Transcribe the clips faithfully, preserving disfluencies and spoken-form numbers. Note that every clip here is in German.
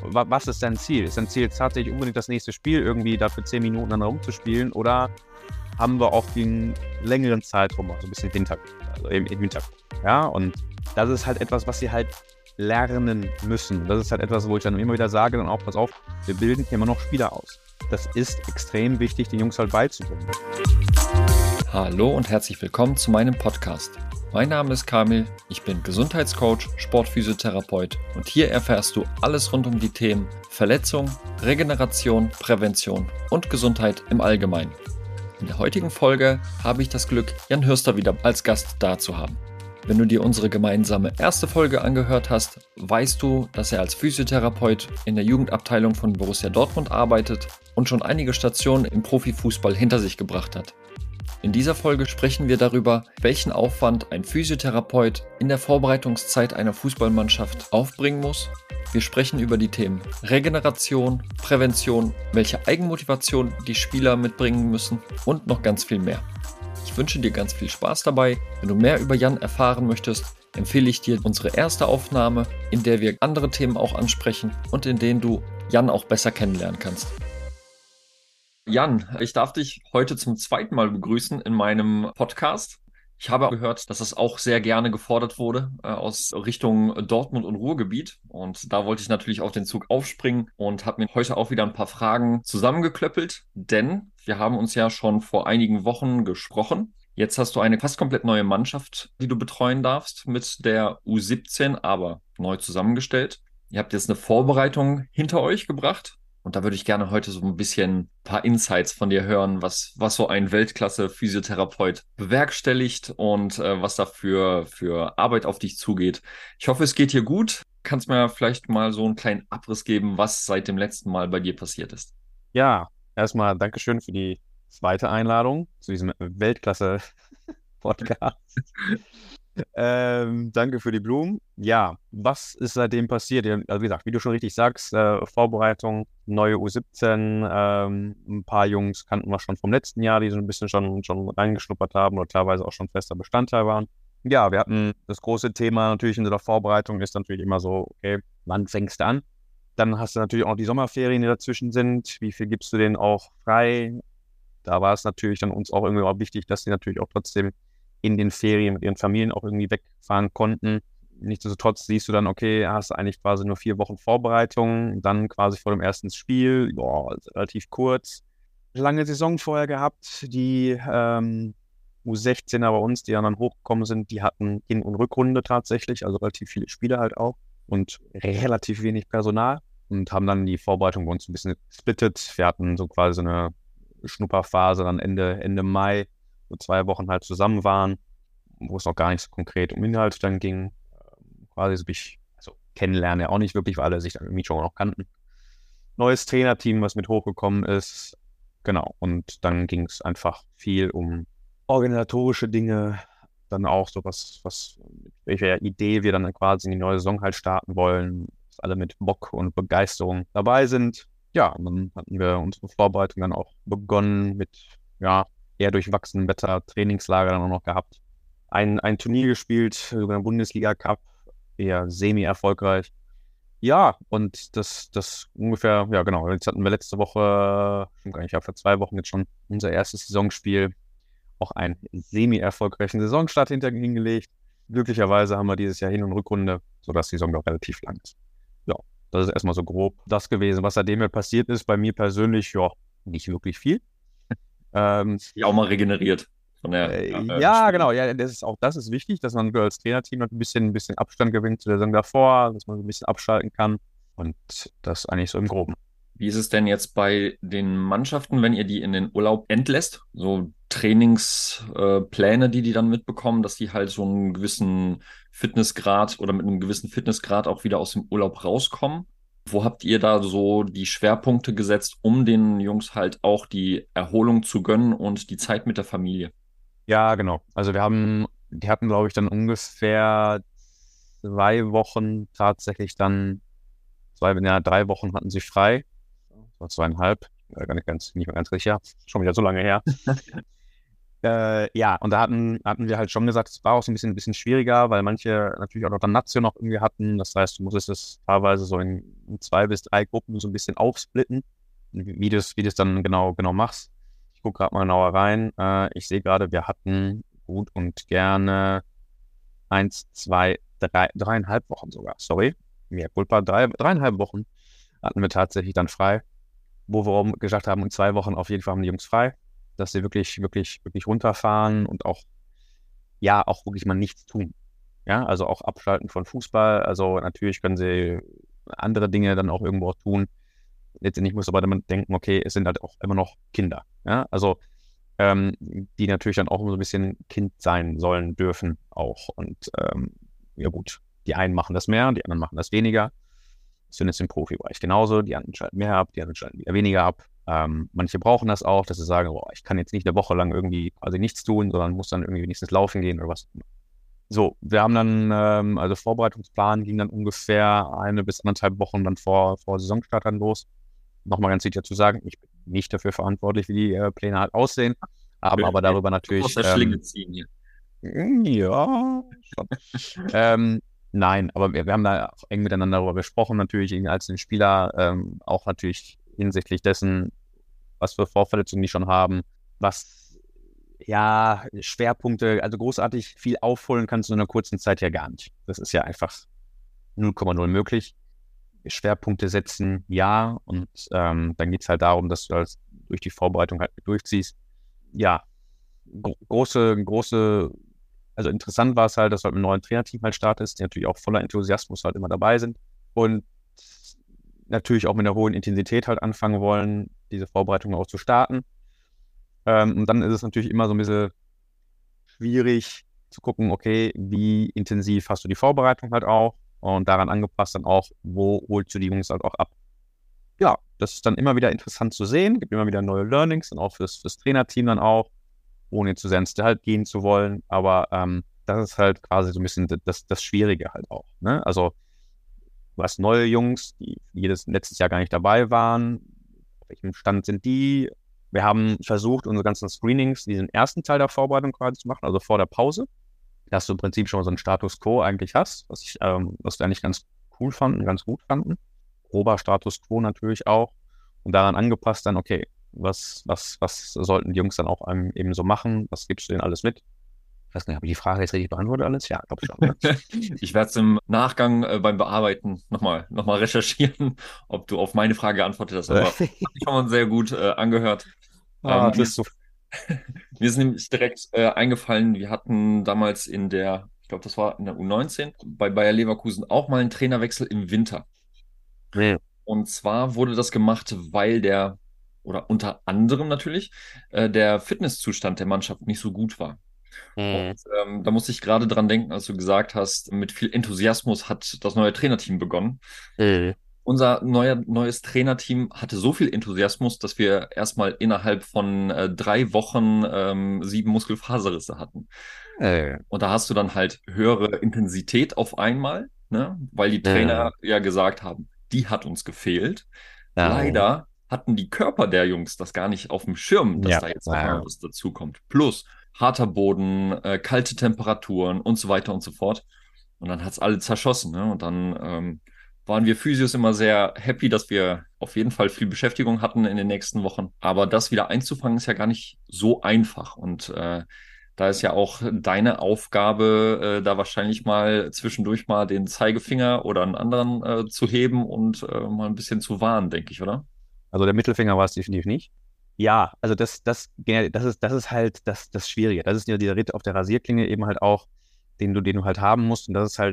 wa- was ist dein Ziel? Ist dein Ziel tatsächlich unbedingt das nächste Spiel irgendwie dafür zehn Minuten dann rumzuspielen oder haben wir auch den längeren Zeitraum, also ein bisschen Hintergrund, also im, im Hintergrund. Ja, und das ist halt etwas, was sie halt lernen müssen. Das ist halt etwas, wo ich dann immer wieder sage, dann auch, pass auf, wir bilden hier immer noch Spieler aus. Das ist extrem wichtig, den Jungs halt beizubringen. Hallo und herzlich willkommen zu meinem Podcast. Mein Name ist Kamil, ich bin Gesundheitscoach, Sportphysiotherapeut und hier erfährst du alles rund um die Themen Verletzung, Regeneration, Prävention und Gesundheit im Allgemeinen. In der heutigen Folge habe ich das Glück, Jan Hürster wieder als Gast da zu haben. Wenn du dir unsere gemeinsame erste Folge angehört hast, weißt du, dass er als Physiotherapeut in der Jugendabteilung von Borussia Dortmund arbeitet und schon einige Stationen im Profifußball hinter sich gebracht hat. In dieser Folge sprechen wir darüber, welchen Aufwand ein Physiotherapeut in der Vorbereitungszeit einer Fußballmannschaft aufbringen muss. Wir sprechen über die Themen Regeneration, Prävention, welche Eigenmotivation die Spieler mitbringen müssen und noch ganz viel mehr. Ich wünsche dir ganz viel Spaß dabei. Wenn du mehr über Jan erfahren möchtest, empfehle ich dir unsere erste Aufnahme, in der wir andere Themen auch ansprechen und in denen du Jan auch besser kennenlernen kannst. Jan, ich darf dich heute zum zweiten Mal begrüßen in meinem Podcast. Ich habe gehört, dass es auch sehr gerne gefordert wurde äh, aus Richtung Dortmund und Ruhrgebiet. Und da wollte ich natürlich auf den Zug aufspringen und habe mir heute auch wieder ein paar Fragen zusammengeklöppelt, denn wir haben uns ja schon vor einigen Wochen gesprochen. Jetzt hast du eine fast komplett neue Mannschaft, die du betreuen darfst mit der U siebzehn, aber neu zusammengestellt. Ihr habt jetzt eine Vorbereitung hinter euch gebracht. Und da würde ich gerne heute so ein bisschen ein paar Insights von dir hören, was, was so ein Weltklasse-Physiotherapeut bewerkstelligt und äh, was da für, für Arbeit auf dich zugeht. Ich hoffe, es geht dir gut. Kannst mir vielleicht mal so einen kleinen Abriss geben, was seit dem letzten Mal bei dir passiert ist? Ja, erstmal Dankeschön für die zweite Einladung zu diesem Weltklasse-Podcast. Ähm, danke für die Blumen. Ja, was ist seitdem passiert? Ja, also wie gesagt, wie du schon richtig sagst, äh, Vorbereitung, neue U siebzehn, ähm, ein paar Jungs kannten wir schon vom letzten Jahr, die so ein bisschen schon, schon reingeschnuppert haben oder teilweise auch schon fester Bestandteil waren. Ja, wir hatten das große Thema natürlich in der Vorbereitung ist natürlich immer so, okay, wann fängst du an? Dann hast du natürlich auch die Sommerferien, die dazwischen sind. Wie viel gibst du denen auch frei? Da war es natürlich dann uns auch irgendwie auch wichtig, dass sie natürlich auch trotzdem in den Ferien mit ihren Familien auch irgendwie wegfahren konnten. Nichtsdestotrotz siehst du dann, okay, hast du eigentlich quasi nur vier Wochen Vorbereitung, dann quasi vor dem ersten Spiel, boah, relativ kurz. Lange Saison vorher gehabt, die ähm, U sechzehner bei uns, die dann hochgekommen sind, die hatten Hin- und Rückrunde tatsächlich, also relativ viele Spieler halt auch und relativ wenig Personal und haben dann die Vorbereitung bei uns ein bisschen gesplittet. Wir hatten so quasi so eine Schnupperphase dann Ende, Ende Mai, wo zwei Wochen halt zusammen waren, wo es noch gar nicht so konkret um Inhalt dann ging. Quasi so ich, also kennenlernen ja auch nicht wirklich, weil alle sich dann irgendwie schon noch kannten. Neues Trainerteam, was mit hochgekommen ist. Genau. Und dann ging es einfach viel um organisatorische Dinge, dann auch so was, was, mit welcher Idee wir dann quasi in die neue Saison halt starten wollen, dass alle mit Bock und Begeisterung dabei sind. Ja, und dann hatten wir unsere Vorbereitung dann auch begonnen mit, ja, eher durchwachsenem Wetter, Trainingslager dann auch noch gehabt. Ein, ein Turnier gespielt, sogar ein Bundesliga-Cup, eher semi-erfolgreich. Ja, und das, das ungefähr, ja genau, jetzt hatten wir letzte Woche, stimmt gar nicht, ja, vor zwei Wochen jetzt schon unser erstes Saisonspiel, auch einen semi-erfolgreichen Saisonstart hinter hingelegt. Glücklicherweise haben wir dieses Jahr Hin- und Rückrunde, sodass die Saison doch relativ lang ist. Ja, das ist erstmal so grob das gewesen. Was seitdem mir passiert ist, bei mir persönlich, ja, nicht wirklich viel. Ähm, Ja, auch mal regeneriert von der äh, äh, ja, Spiel. genau, ja, das ist auch das ist wichtig, dass man als Trainerteam noch ein bisschen, ein bisschen Abstand gewinnt zu der Saison davor, dass man so ein bisschen abschalten kann. Und das eigentlich so im Groben. Wie ist es denn jetzt bei den Mannschaften, wenn ihr die in den Urlaub entlässt? So Trainingspläne, äh, Pläne, die die dann mitbekommen, dass die halt so einen gewissen Fitnessgrad oder mit einem gewissen Fitnessgrad auch wieder aus dem Urlaub rauskommen? Wo habt ihr da so die Schwerpunkte gesetzt, um den Jungs halt auch die Erholung zu gönnen und die Zeit mit der Familie? Ja, genau. Also wir haben, die hatten, glaube ich, dann ungefähr zwei Wochen tatsächlich dann, zwei, ja, drei Wochen hatten sie frei. Das war zweieinhalb, äh, gar nicht ganz, nicht mehr ganz sicher. Schon wieder so lange her. Äh, ja, und da hatten, hatten wir halt schon gesagt, es war auch so ein bisschen, ein bisschen schwieriger, weil manche natürlich auch noch dann Nation noch irgendwie hatten. Das heißt, du musstest es teilweise so in, in zwei bis drei Gruppen so ein bisschen aufsplitten, wie, wie du es wie du es dann genau, genau machst. Ich gucke gerade mal genauer rein. Äh, ich sehe gerade, wir hatten gut und gerne eins, zwei, drei, dreieinhalb Wochen sogar. Sorry. Mehr Culpa. Drei, dreieinhalb Wochen hatten wir tatsächlich dann frei, wo wir auch gesagt haben, in zwei Wochen auf jeden Fall haben die Jungs frei, dass sie wirklich, wirklich, wirklich runterfahren und auch, ja, auch wirklich mal nichts tun. Ja, also auch abschalten von Fußball. Also natürlich können sie andere Dinge dann auch irgendwo auch tun. Letztendlich muss aber dann denken, okay, es sind halt auch immer noch Kinder. Ja, also ähm, die natürlich dann auch so ein bisschen Kind sein sollen dürfen auch. Und ähm, ja gut, die einen machen das mehr, die anderen machen das weniger. Das sind jetzt im Profibereich genauso. Die anderen schalten mehr ab, die anderen schalten wieder weniger ab. Ähm, manche brauchen das auch, dass sie sagen, boah, ich kann jetzt nicht eine Woche lang irgendwie quasi nichts tun, sondern muss dann irgendwie wenigstens laufen gehen oder was. So, wir haben dann, ähm, also Vorbereitungsplan ging dann ungefähr eine bis anderthalb Wochen dann vor, vor Saisonstart dann los. Nochmal ganz sicher zu sagen, ich bin nicht dafür verantwortlich, wie die äh, Pläne halt aussehen, haben aber darüber Du musst natürlich, der Schlinge ähm, ziehen hier. ja, schon. ähm, nein, aber wir, wir haben da auch eng miteinander darüber gesprochen, natürlich gegen einzelne Spieler, ähm, auch natürlich hinsichtlich dessen, was für Vorverletzungen die schon haben, was, ja, Schwerpunkte, also großartig viel aufholen kannst du in einer kurzen Zeit ja gar nicht. Das ist ja einfach null Komma null möglich. Schwerpunkte setzen, ja, und ähm, dann geht es halt darum, dass du halt durch die Vorbereitung halt mit durchziehst. Ja, gro große, große, also interessant war es halt, dass du halt mit einem neuen Trainerteam halt startest, die natürlich auch voller Enthusiasmus halt immer dabei sind und natürlich auch mit einer hohen Intensität halt anfangen wollen, diese Vorbereitung auch zu starten. Ähm, und dann ist es natürlich immer so ein bisschen schwierig zu gucken, okay, wie intensiv hast du die Vorbereitung halt auch und daran angepasst dann auch, wo holst du die Jungs halt auch ab. Ja, das ist dann immer wieder interessant zu sehen, gibt immer wieder neue Learnings und auch fürs, fürs Trainerteam dann auch, ohne zu sehr ins Detail gehen zu wollen, aber ähm, das ist halt quasi so ein bisschen das, das Schwierige halt auch, ne? Also du hast neue Jungs, die jedes letztes Jahr gar nicht dabei waren. Auf welchem Stand sind die? Wir haben versucht, unsere ganzen Screenings, diesen ersten Teil der Vorbereitung quasi zu machen, also vor der Pause, dass du im Prinzip schon so einen Status Quo eigentlich hast, was ich, ähm, was wir eigentlich ganz cool fanden, ganz gut fanden. Grober Status Quo natürlich auch. Und daran angepasst dann, okay, was, was, was sollten die Jungs dann auch einem eben so machen? Was gibst du denen alles mit? Ich weiß nicht, habe ich die Frage jetzt richtig beantwortet alles? Ja, glaube ich schon. Ne? Ich werde es im Nachgang äh, beim Bearbeiten nochmal noch mal recherchieren, ob du auf meine Frage geantwortet hast. Aber hat sich schon mal sehr gut äh, angehört. Ah, Ähm, das mir, ist so. mir ist nämlich direkt äh, eingefallen, wir hatten damals in der, ich glaube, das war in der U neunzehn, bei Bayer Leverkusen auch mal einen Trainerwechsel im Winter. Nee. Und zwar wurde das gemacht, weil der, oder unter anderem natürlich, äh, der Fitnesszustand der Mannschaft nicht so gut war. Und Hm. ähm, da musste ich gerade dran denken, als du gesagt hast, mit viel Enthusiasmus hat das neue Trainerteam begonnen. Hm. Unser neuer, neues Trainerteam hatte so viel Enthusiasmus, dass wir erstmal innerhalb von äh, drei Wochen ähm, sieben Muskelfaserrisse hatten. Äh, Und da hast du dann halt höhere Intensität auf einmal, ne? Weil die äh, Trainer ja gesagt haben, die hat uns gefehlt. ja, Leider hatten die Körper der Jungs das gar nicht auf dem Schirm, dass ja, da jetzt nochmal ja. was dazukommt. Plus harter Boden, äh, kalte Temperaturen und so weiter und so fort. Und dann hat es alle zerschossen, ne? Und dann ähm, waren wir Physios immer sehr happy, dass wir auf jeden Fall viel Beschäftigung hatten in den nächsten Wochen. Aber das wieder einzufangen ist ja gar nicht so einfach. Und äh, da ist ja auch deine Aufgabe, äh, da wahrscheinlich mal zwischendurch mal den Zeigefinger oder einen anderen äh, zu heben und äh, mal ein bisschen zu warnen, denke ich, oder? Also der Mittelfinger war es definitiv nicht. Ja, also das, das, das ist, das ist halt das, das Schwierige. Das ist ja dieser Ritt auf der Rasierklinge eben halt auch, den du, den du halt haben musst. Und das ist halt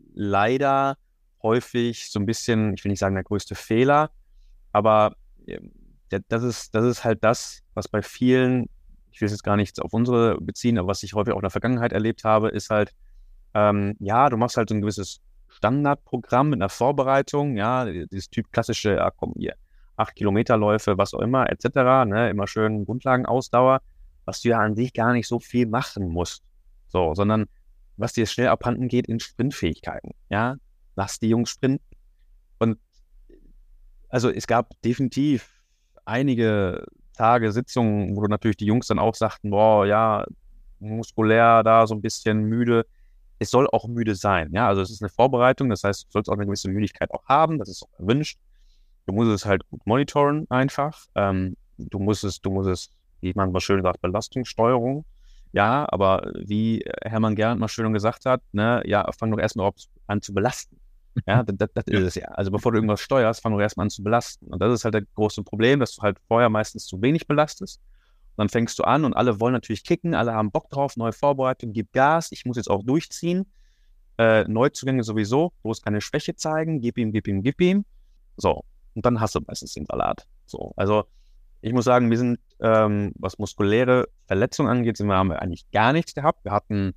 leider häufig so ein bisschen, ich will nicht sagen der größte Fehler, aber ähm, der- das ist, das ist halt das, was bei vielen, ich will es jetzt gar nicht auf unsere beziehen, aber was ich häufig auch in der Vergangenheit erlebt habe, ist halt, ähm, ja, du machst halt so ein gewisses Standardprogramm mit einer Vorbereitung, ja, dieses Typ klassische, ja, komm, hier, acht Kilometerläufe, was auch immer, et cetera, ne, immer schön Grundlagenausdauer, was du ja an sich gar nicht so viel machen musst. So, sondern was dir schnell abhanden geht in Sprintfähigkeiten, ja, lass die Jungs sprinten. Und also es gab definitiv einige Tage, Sitzungen, wo du natürlich die Jungs dann auch sagten, boah, ja, muskulär da so ein bisschen müde. Es soll auch müde sein, ja, also es ist eine Vorbereitung, das heißt, du sollst auch eine gewisse Müdigkeit auch haben, das ist auch erwünscht. Du musst es halt gut monitoren einfach. Ähm, du musst es, du musst es, wie man mal schön sagt, Belastungssteuerung. Ja, aber wie Hermann Gerland mal schön gesagt hat, ne, ja, fang doch erstmal an zu belasten. Ja, das, das ist es ja. Also bevor du irgendwas steuerst, fang doch erstmal an zu belasten. Und das ist halt das große Problem, dass du halt vorher meistens zu wenig belastest. Und dann fängst du an und alle wollen natürlich kicken, alle haben Bock drauf, neue Vorbereitung, gib Gas, ich muss jetzt auch durchziehen. Äh, Neuzugänge sowieso, bloß keine Schwäche zeigen, gib ihm, gib ihm, gib ihm. So, und dann hast du meistens den Salat. So, also ich muss sagen, wir sind, ähm, was muskuläre Verletzungen angeht, sind wir, haben wir eigentlich gar nichts gehabt. Wir hatten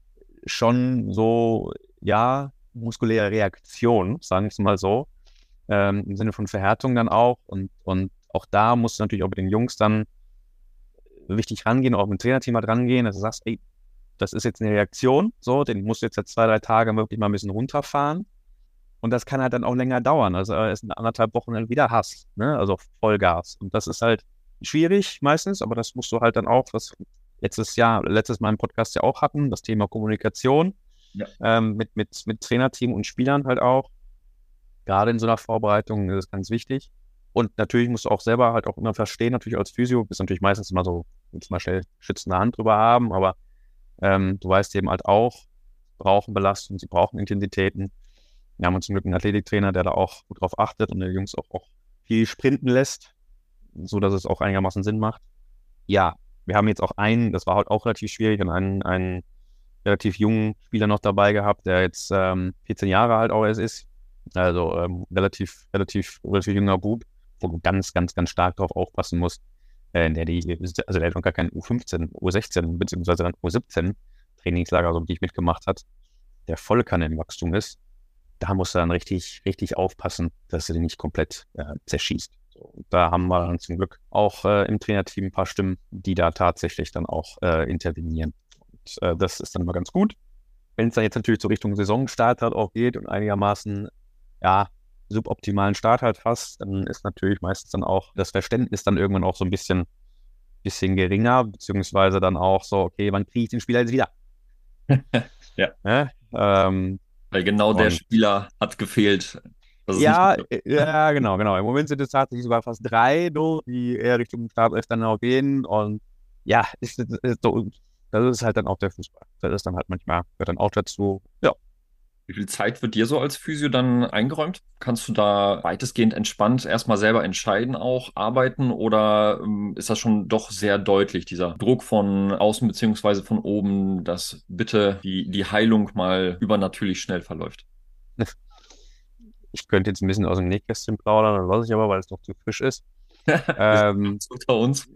schon so, ja, muskuläre Reaktion, sagen wir es mal so, ähm, im Sinne von Verhärtung dann auch. Und, und auch da musst du natürlich auch mit den Jungs dann wichtig rangehen, auch mit dem Trainerteam halt rangehen, dass du sagst, ey, das ist jetzt eine Reaktion, so, den musst du jetzt seit zwei, drei Tagen wirklich mal ein bisschen runterfahren. Und das kann halt dann auch länger dauern. Also erst in anderthalb Wochen dann wieder Hass, ne? Also Vollgas. Und das ist halt schwierig meistens, aber das musst du halt dann auch, was letztes Jahr, letztes Mal im Podcast ja auch hatten, das Thema Kommunikation ja. ähm, mit, mit, mit Trainerteam und Spielern halt auch. Gerade in so einer Vorbereitung ist es ganz wichtig. Und natürlich musst du auch selber halt auch immer verstehen, natürlich als Physio, bist natürlich meistens immer so, willst mal schnell schützende Hand drüber haben, aber ähm, du weißt eben halt auch, sie brauchen Belastung, sie brauchen Intensitäten. Wir haben uns zum Glück einen Athletiktrainer, der da auch gut drauf achtet und die Jungs auch, auch viel sprinten lässt, so dass es auch einigermaßen Sinn macht. Ja, wir haben jetzt auch einen, das war halt auch relativ schwierig, und einen, einen relativ jungen Spieler noch dabei gehabt, der jetzt ähm, vierzehn Jahre alt auch erst ist. Also ähm, relativ, relativ, relativ junger Bub, wo du ganz, ganz, ganz stark drauf aufpassen musst. Äh, der die, also der hat noch gar kein U fünfzehn, U sechzehn, beziehungsweise dann U siebzehn Trainingslager, so die ich mitgemacht hat, der voll Kanne im Wachstum ist. Da musst du dann richtig, richtig aufpassen, dass du den nicht komplett äh, zerschießt. So, und da haben wir dann zum Glück auch äh, im Trainerteam ein paar Stimmen, die da tatsächlich dann auch äh, intervenieren. Und äh, das ist dann immer ganz gut. Wenn es dann jetzt natürlich so Richtung Saisonstart halt auch geht und einigermaßen, ja, suboptimalen Start halt hast, dann ist natürlich meistens dann auch das Verständnis dann irgendwann auch so ein bisschen, bisschen geringer, beziehungsweise dann auch so, okay, wann kriege ich den Spieler jetzt wieder? ja. ja ähm, Weil genau und, der Spieler hat gefehlt. Das ist ja, nicht ja, genau, genau. Im Moment sind es tatsächlich sogar fast drei, do, die eher Richtung Startelf dann auch gehen. Und ja, ist, ist, ist, das ist halt dann auch der Fußball. Das ist dann halt manchmal, gehört dann auch dazu. Ja. Wie viel Zeit wird dir so als Physio dann eingeräumt? Kannst du da weitestgehend entspannt erstmal selber entscheiden, auch arbeiten, oder ähm, ist das schon doch sehr deutlich, dieser Druck von außen beziehungsweise von oben, dass bitte die, die Heilung mal übernatürlich schnell verläuft? Ich könnte jetzt ein bisschen aus dem Nähkästchen plaudern, dann lasse ich aber, weil es noch zu frisch ist. ähm, unter uns.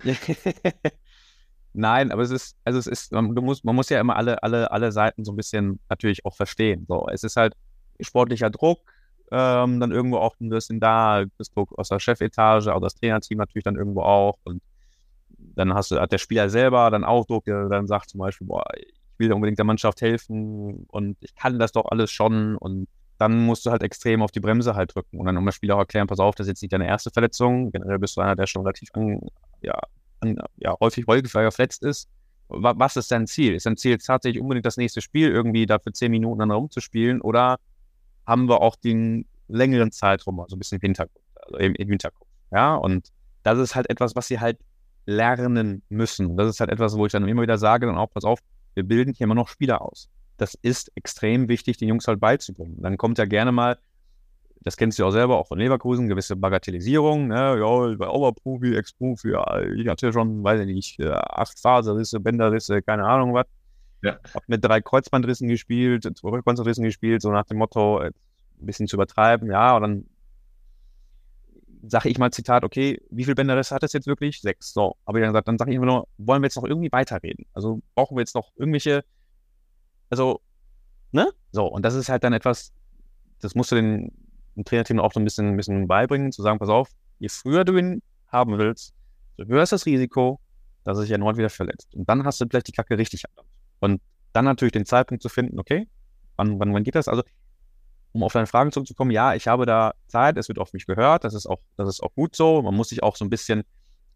Nein, aber es ist, also es ist, man, du musst, man muss ja immer alle, alle, alle Seiten so ein bisschen natürlich auch verstehen. So, es ist halt sportlicher Druck, ähm, dann irgendwo auch ein bisschen da, das Druck aus der Chefetage, auch das Trainerteam natürlich dann irgendwo auch. Und dann hast du, hat der Spieler selber dann auch Druck, der dann sagt zum Beispiel, boah, ich will unbedingt der Mannschaft helfen und ich kann das doch alles schon. Und dann musst du halt extrem auf die Bremse halt drücken und dann immer Spieler auch erklären, pass auf, das ist jetzt nicht deine erste Verletzung. Generell bist du einer, der schon relativ an, ja, an, ja, häufig häufiger verletzt ist. Was ist dein Ziel? Ist dein Ziel tatsächlich unbedingt das nächste Spiel irgendwie da für zehn Minuten dann rumzuspielen, oder haben wir auch den längeren Zeitraum, also ein bisschen im Hintergrund, also im, im Hinterkopf, ja? Und das ist halt etwas, was sie halt lernen müssen. Das ist halt etwas, wo ich dann immer wieder sage, dann auch, pass auf, wir bilden hier immer noch Spieler aus. Das ist extrem wichtig, den Jungs halt beizubringen. Dann kommt ja gerne mal, das kennst du auch selber, auch von Leverkusen, gewisse Bagatellisierung, ne, ja, bei Oberprofi, Ex-Profi, ja, ich hatte schon, weiß ich nicht, acht Faserrisse, Bänderrisse, keine Ahnung was. Ja. Hab mit drei Kreuzbandrissen gespielt, zwei Kreuzbandrissen gespielt, so nach dem Motto, ein bisschen zu übertreiben, ja, und dann sage ich mal Zitat, okay, wie viele Bänderrisse hat es jetzt wirklich? Sechs. So, habe ich dann gesagt, dann sage ich immer nur, wollen wir jetzt noch irgendwie weiterreden? Also brauchen wir jetzt noch irgendwelche, also, ne? So, und das ist halt dann etwas, das musst du den dem Trainerteam auch so ein bisschen, ein bisschen beibringen, zu sagen, pass auf, je früher du ihn haben willst, so höher ist das Risiko, dass er sich erneut wieder verletzt. Und dann hast du vielleicht die Kacke richtig an. Und dann natürlich den Zeitpunkt zu finden, okay, wann, wann, wann geht das? Also, um auf deine Fragen zurückzukommen, ja, ich habe da Zeit, es wird auf mich gehört, das ist auch, das ist auch gut so. Man muss sich auch so ein bisschen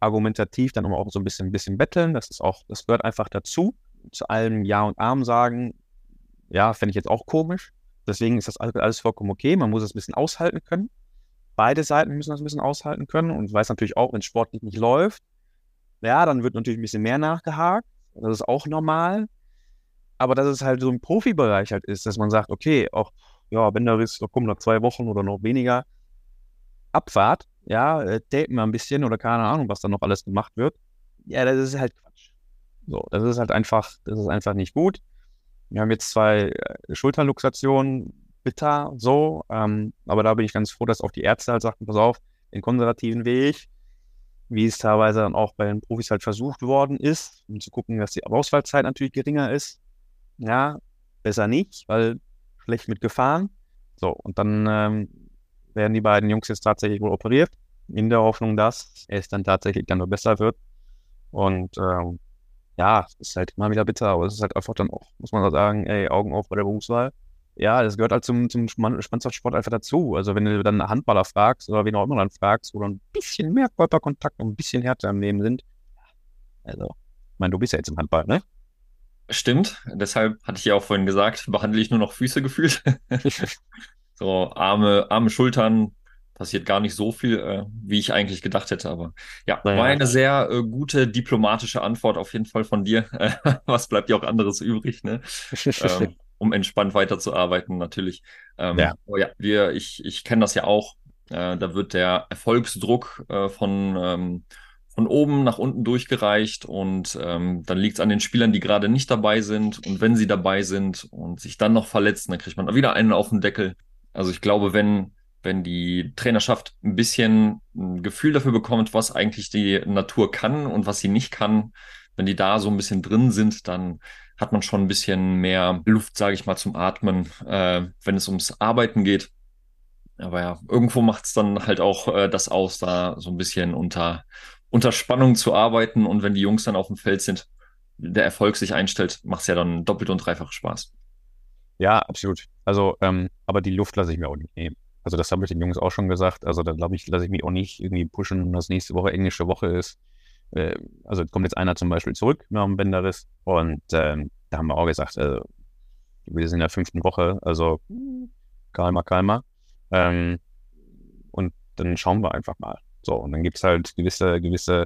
argumentativ dann auch so ein bisschen, ein bisschen betteln. Das ist auch, das gehört einfach dazu. Zu allem Ja und Amen sagen, ja, fände ich jetzt auch komisch. Deswegen ist das alles, alles vollkommen okay. Man muss es ein bisschen aushalten können. Beide Seiten müssen das ein bisschen aushalten können und weiß natürlich auch, wenn Sport nicht, nicht läuft, ja, dann wird natürlich ein bisschen mehr nachgehakt. Das ist auch normal. Aber dass es halt so im Profibereich halt ist, dass man sagt, okay, auch, ja, Bänderriss, da kommen noch zwei Wochen oder noch weniger, Abfahrt, ja, äh, daten wir ein bisschen oder keine Ahnung, was da noch alles gemacht wird. Ja, das ist halt Quatsch. So, das ist halt einfach, das ist einfach nicht gut. Wir haben jetzt zwei äh, Schulterluxationen, bitter, so, ähm, aber da bin ich ganz froh, dass auch die Ärzte halt sagten, pass auf, den konservativen Weg, wie es teilweise dann auch bei den Profis halt versucht worden ist, um zu gucken, dass die Ausfallzeit natürlich geringer ist. Ja, besser nicht, weil schlecht mit Gefahren. So, und dann ähm, werden die beiden Jungs jetzt tatsächlich wohl operiert, in der Hoffnung, dass es dann tatsächlich dann nur besser wird. Und ähm, ja, es ist halt immer wieder bitter, aber es ist halt einfach dann auch, muss man auch sagen, ey, Augen auf bei der Berufswahl. Ja, das gehört halt zum, zum Mannschaftssport einfach dazu. Also wenn du dann einen Handballer fragst oder wen auch immer dann fragst, wo dann ein bisschen mehr Körperkontakt und ein bisschen härter im Leben sind. Also, ich meine, du bist ja jetzt im Handball, ne? Stimmt, deshalb hatte ich ja auch vorhin gesagt, behandle ich nur noch Füße gefühlt. So Arme, Arme, Schultern, passiert gar nicht so viel, äh, wie ich eigentlich gedacht hätte. Aber ja, war Naja. eine sehr äh, gute diplomatische Antwort auf jeden Fall von dir. Äh, was bleibt ja auch anderes übrig, ne? Ähm, um entspannt weiterzuarbeiten, natürlich. Ja. Ähm, aber ja, wir, ich, ich kenne das ja auch. Äh, da wird der Erfolgsdruck äh, von, ähm, von oben nach unten durchgereicht und ähm, dann liegt es an den Spielern, die gerade nicht dabei sind. Und wenn sie dabei sind und sich dann noch verletzen, dann kriegt man wieder einen auf den Deckel. Also ich glaube, wenn, wenn die Trainerschaft ein bisschen ein Gefühl dafür bekommt, was eigentlich die Natur kann und was sie nicht kann, wenn die da so ein bisschen drin sind, dann hat man schon ein bisschen mehr Luft, sage ich mal, zum Atmen, äh, wenn es ums Arbeiten geht. Aber ja, irgendwo macht es dann halt auch äh, das aus, da so ein bisschen unter, unter Spannung zu arbeiten. Und wenn die Jungs dann auf dem Feld sind, der Erfolg sich einstellt, macht es ja dann doppelt und dreifach Spaß. Ja, absolut. Also, ähm, aber die Luft lasse ich mir auch nicht nehmen. Also das habe ich den Jungs auch schon gesagt. Also da glaube ich, lasse ich mich auch nicht irgendwie pushen, dass nächste Woche englische Woche ist. Äh, also kommt jetzt einer zum Beispiel zurück nach dem Bänderriss und ähm, da haben wir auch gesagt, äh, wir sind in der fünften Woche, also kalmer, kalmer. Ähm, und dann schauen wir einfach mal. So, und dann gibt es halt gewisse, gewisse,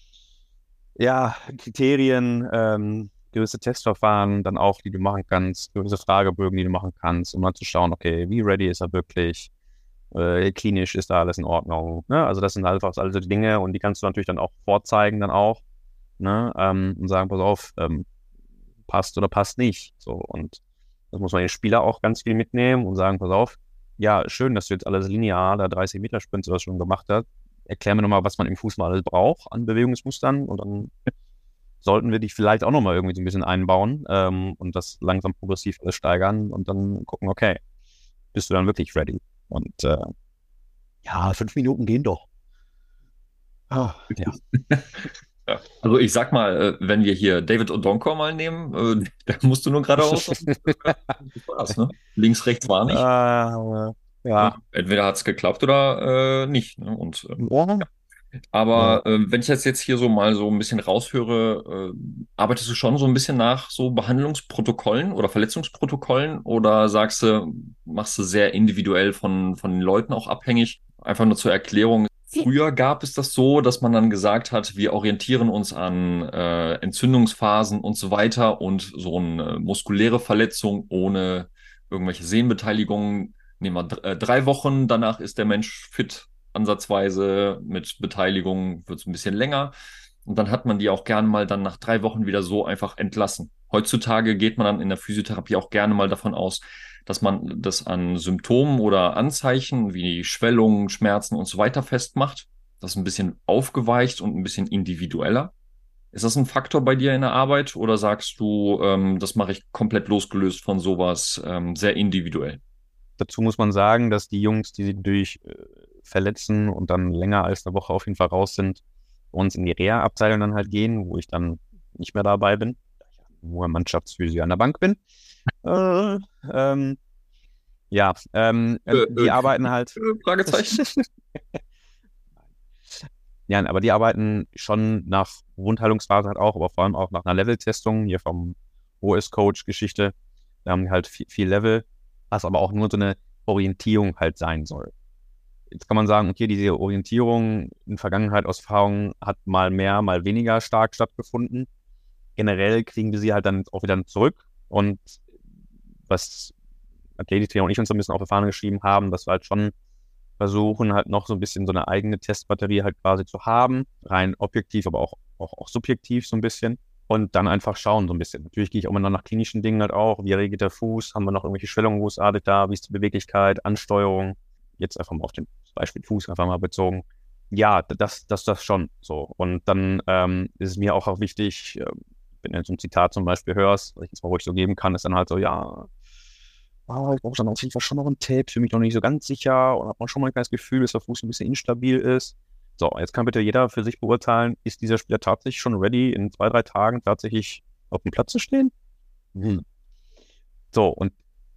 ja, Kriterien, ähm, gewisse Testverfahren dann auch, die du machen kannst, gewisse Fragebögen, die du machen kannst, um mal zu schauen, okay, wie ready ist er wirklich, äh, klinisch ist da alles in Ordnung, ne? Also das sind einfach also die Dinge und die kannst du natürlich dann auch vorzeigen dann auch, ne? Ähm, und sagen, pass auf, ähm, passt oder passt nicht. So, und das muss man den Spieler auch ganz viel mitnehmen und sagen, pass auf, ja, schön, dass du jetzt alles linear, da dreißig Meter Sprints oder schon gemacht hast. Erklär mir nochmal, was man im Fußball alles braucht an Bewegungsmustern und dann sollten wir dich vielleicht auch nochmal irgendwie so ein bisschen einbauen ähm, und das langsam progressiv alles steigern und dann gucken, okay, bist du dann wirklich ready? Und äh, ja, fünf Minuten gehen doch. Ah, ja. Ja. Also ich sag mal, äh, wenn wir hier David Odonkor mal nehmen, äh, da musst du nur geradeaus. Und das war's, ne? Links, rechts war nicht. Äh, Und ja. entweder hat es geklappt oder äh, nicht. Ne? Und ähm, Ja. Ja. aber äh, wenn ich das jetzt hier so mal so ein bisschen raushöre, äh, arbeitest du schon so ein bisschen nach so Behandlungsprotokollen oder Verletzungsprotokollen oder sagst du, machst du sehr individuell von, von den Leuten auch abhängig? Einfach nur zur Erklärung. Früher gab es das so, dass man dann gesagt hat, wir orientieren uns an äh, Entzündungsphasen und so weiter und so eine muskuläre Verletzung ohne irgendwelche Sehnenbeteiligungen nehmen wir dr- äh, drei Wochen, danach ist der Mensch fit ansatzweise, mit Beteiligung wird es ein bisschen länger. Und dann hat man die auch gerne mal dann nach drei Wochen wieder so einfach entlassen. Heutzutage geht man dann in der Physiotherapie auch gerne mal davon aus, dass man das an Symptomen oder Anzeichen wie Schwellungen, Schmerzen und so weiter festmacht. Das ist ein bisschen aufgeweicht und ein bisschen individueller. Ist das ein Faktor bei dir in der Arbeit oder sagst du, ähm, das mache ich komplett losgelöst von sowas, ähm, sehr individuell? Dazu muss man sagen, dass die Jungs, die sich durch äh, verletzen und dann länger als eine Woche auf jeden Fall raus sind, bei uns in die Reha-Abteilung dann halt gehen, wo ich dann nicht mehr dabei bin, da ich ja nur Mannschaftsphysio an der Bank bin. Äh, ähm, ja, ähm, Äh, ähm, die äh, arbeiten halt. äh, Fragezeichen. Ja, aber die arbeiten schon nach Wundheilungsphase halt auch, aber vor allem auch nach einer Level-Testung, hier vom O S-Coach-Geschichte. Da haben die halt viel, viel Level, was aber auch nur so eine Orientierung halt sein soll. Jetzt kann man sagen, okay, diese Orientierung in Vergangenheit aus Erfahrung hat mal mehr, mal weniger stark stattgefunden. Generell kriegen wir sie halt dann auch wieder zurück. Und was Athletiktrainer und ich uns so ein bisschen auf die Fahne geschrieben haben, dass wir halt schon versuchen, halt noch so ein bisschen so eine eigene Testbatterie halt quasi zu haben. Rein objektiv, aber auch, auch, auch subjektiv so ein bisschen. Und dann einfach schauen so ein bisschen. Natürlich gehe ich auch immer noch nach klinischen Dingen halt auch. Wie reagiert der Fuß? Haben wir noch irgendwelche Schwellungen, wo es adet da? Wie ist die Beweglichkeit, Ansteuerung? Jetzt einfach mal auf den Beispiel Fuß einfach mal bezogen. Ja, das, das, das schon so. Und dann ähm, ist es mir auch, auch wichtig, äh, wenn du so ein Zitat zum Beispiel hörst, was ich jetzt mal ruhig so geben kann, ist dann halt so, ja, oh, ich brauche dann auf jeden Fall schon noch ein Tape, fühle mich noch nicht so ganz sicher und habe man schon mal das Gefühl, dass der Fuß ein bisschen instabil ist. So, jetzt kann bitte jeder für sich beurteilen, ist dieser Spieler tatsächlich schon ready, in zwei, drei Tagen tatsächlich auf dem Platz zu stehen? Hm. So, und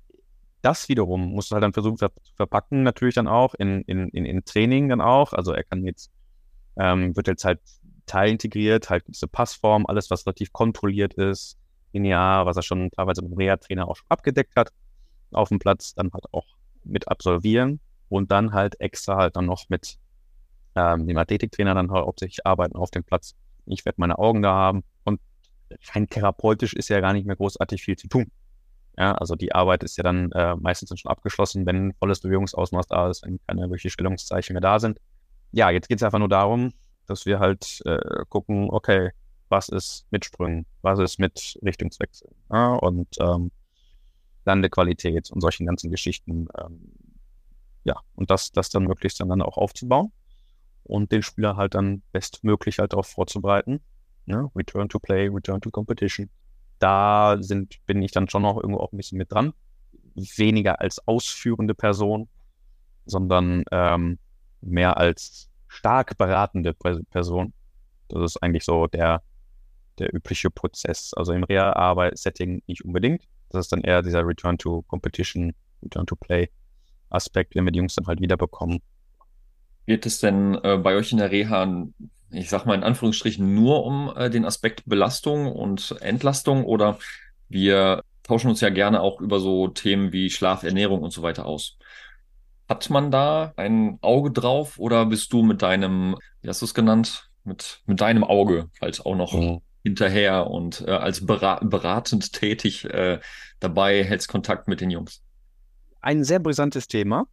das wiederum musst du halt dann versuchen zu verpacken, natürlich dann auch in, in, in, in Training dann auch. Also er kann jetzt, ähm, wird jetzt halt teilintegriert, halt diese Passform, alles, was relativ kontrolliert ist, linear, was er schon teilweise mit dem Reha-Trainer auch schon abgedeckt hat, auf dem Platz dann halt auch mit absolvieren und dann halt extra halt dann noch mit ähm, dem Athletiktrainer dann halt hauptsächlich arbeiten auf dem Platz. Ich werde meine Augen da haben und rein therapeutisch ist ja gar nicht mehr großartig viel zu tun. Ja, also die Arbeit ist ja dann äh, meistens dann schon abgeschlossen, wenn volles Bewegungsausmaß da ist, wenn keine wirklichen Stellungszeichen mehr da sind. Ja, jetzt geht es einfach nur darum, dass wir halt äh, gucken, okay, was ist mit Sprüngen, was ist mit Richtungswechsel, ja, und ähm, Landequalität und solchen ganzen Geschichten. Ähm, ja, und das, das dann möglichst dann, dann auch aufzubauen und den Spieler halt dann bestmöglich halt auch vorzubereiten. Ne? Return to Play, Return to Competition. Da sind, bin ich dann schon noch irgendwo auch ein bisschen mit dran. Weniger als ausführende Person, sondern ähm, mehr als stark beratende Person. Das ist eigentlich so der, der übliche Prozess. Also im Reha-Arbeit-Setting nicht unbedingt. Das ist dann eher dieser Return to Competition, Return to Play Aspekt, wenn wir die Jungs dann halt wiederbekommen. Geht es denn äh, bei euch in der Reha, ich sag mal in Anführungsstrichen, nur um äh, den Aspekt Belastung und Entlastung oder wir tauschen uns ja gerne auch über so Themen wie Schlaf, Ernährung und so weiter aus. Hat man da ein Auge drauf oder bist du mit deinem, wie hast du es genannt, mit, mit deinem Auge halt auch noch Mhm. hinterher und äh, als bera beratend tätig äh, dabei, hältst Kontakt mit den Jungs? Ein sehr brisantes Thema,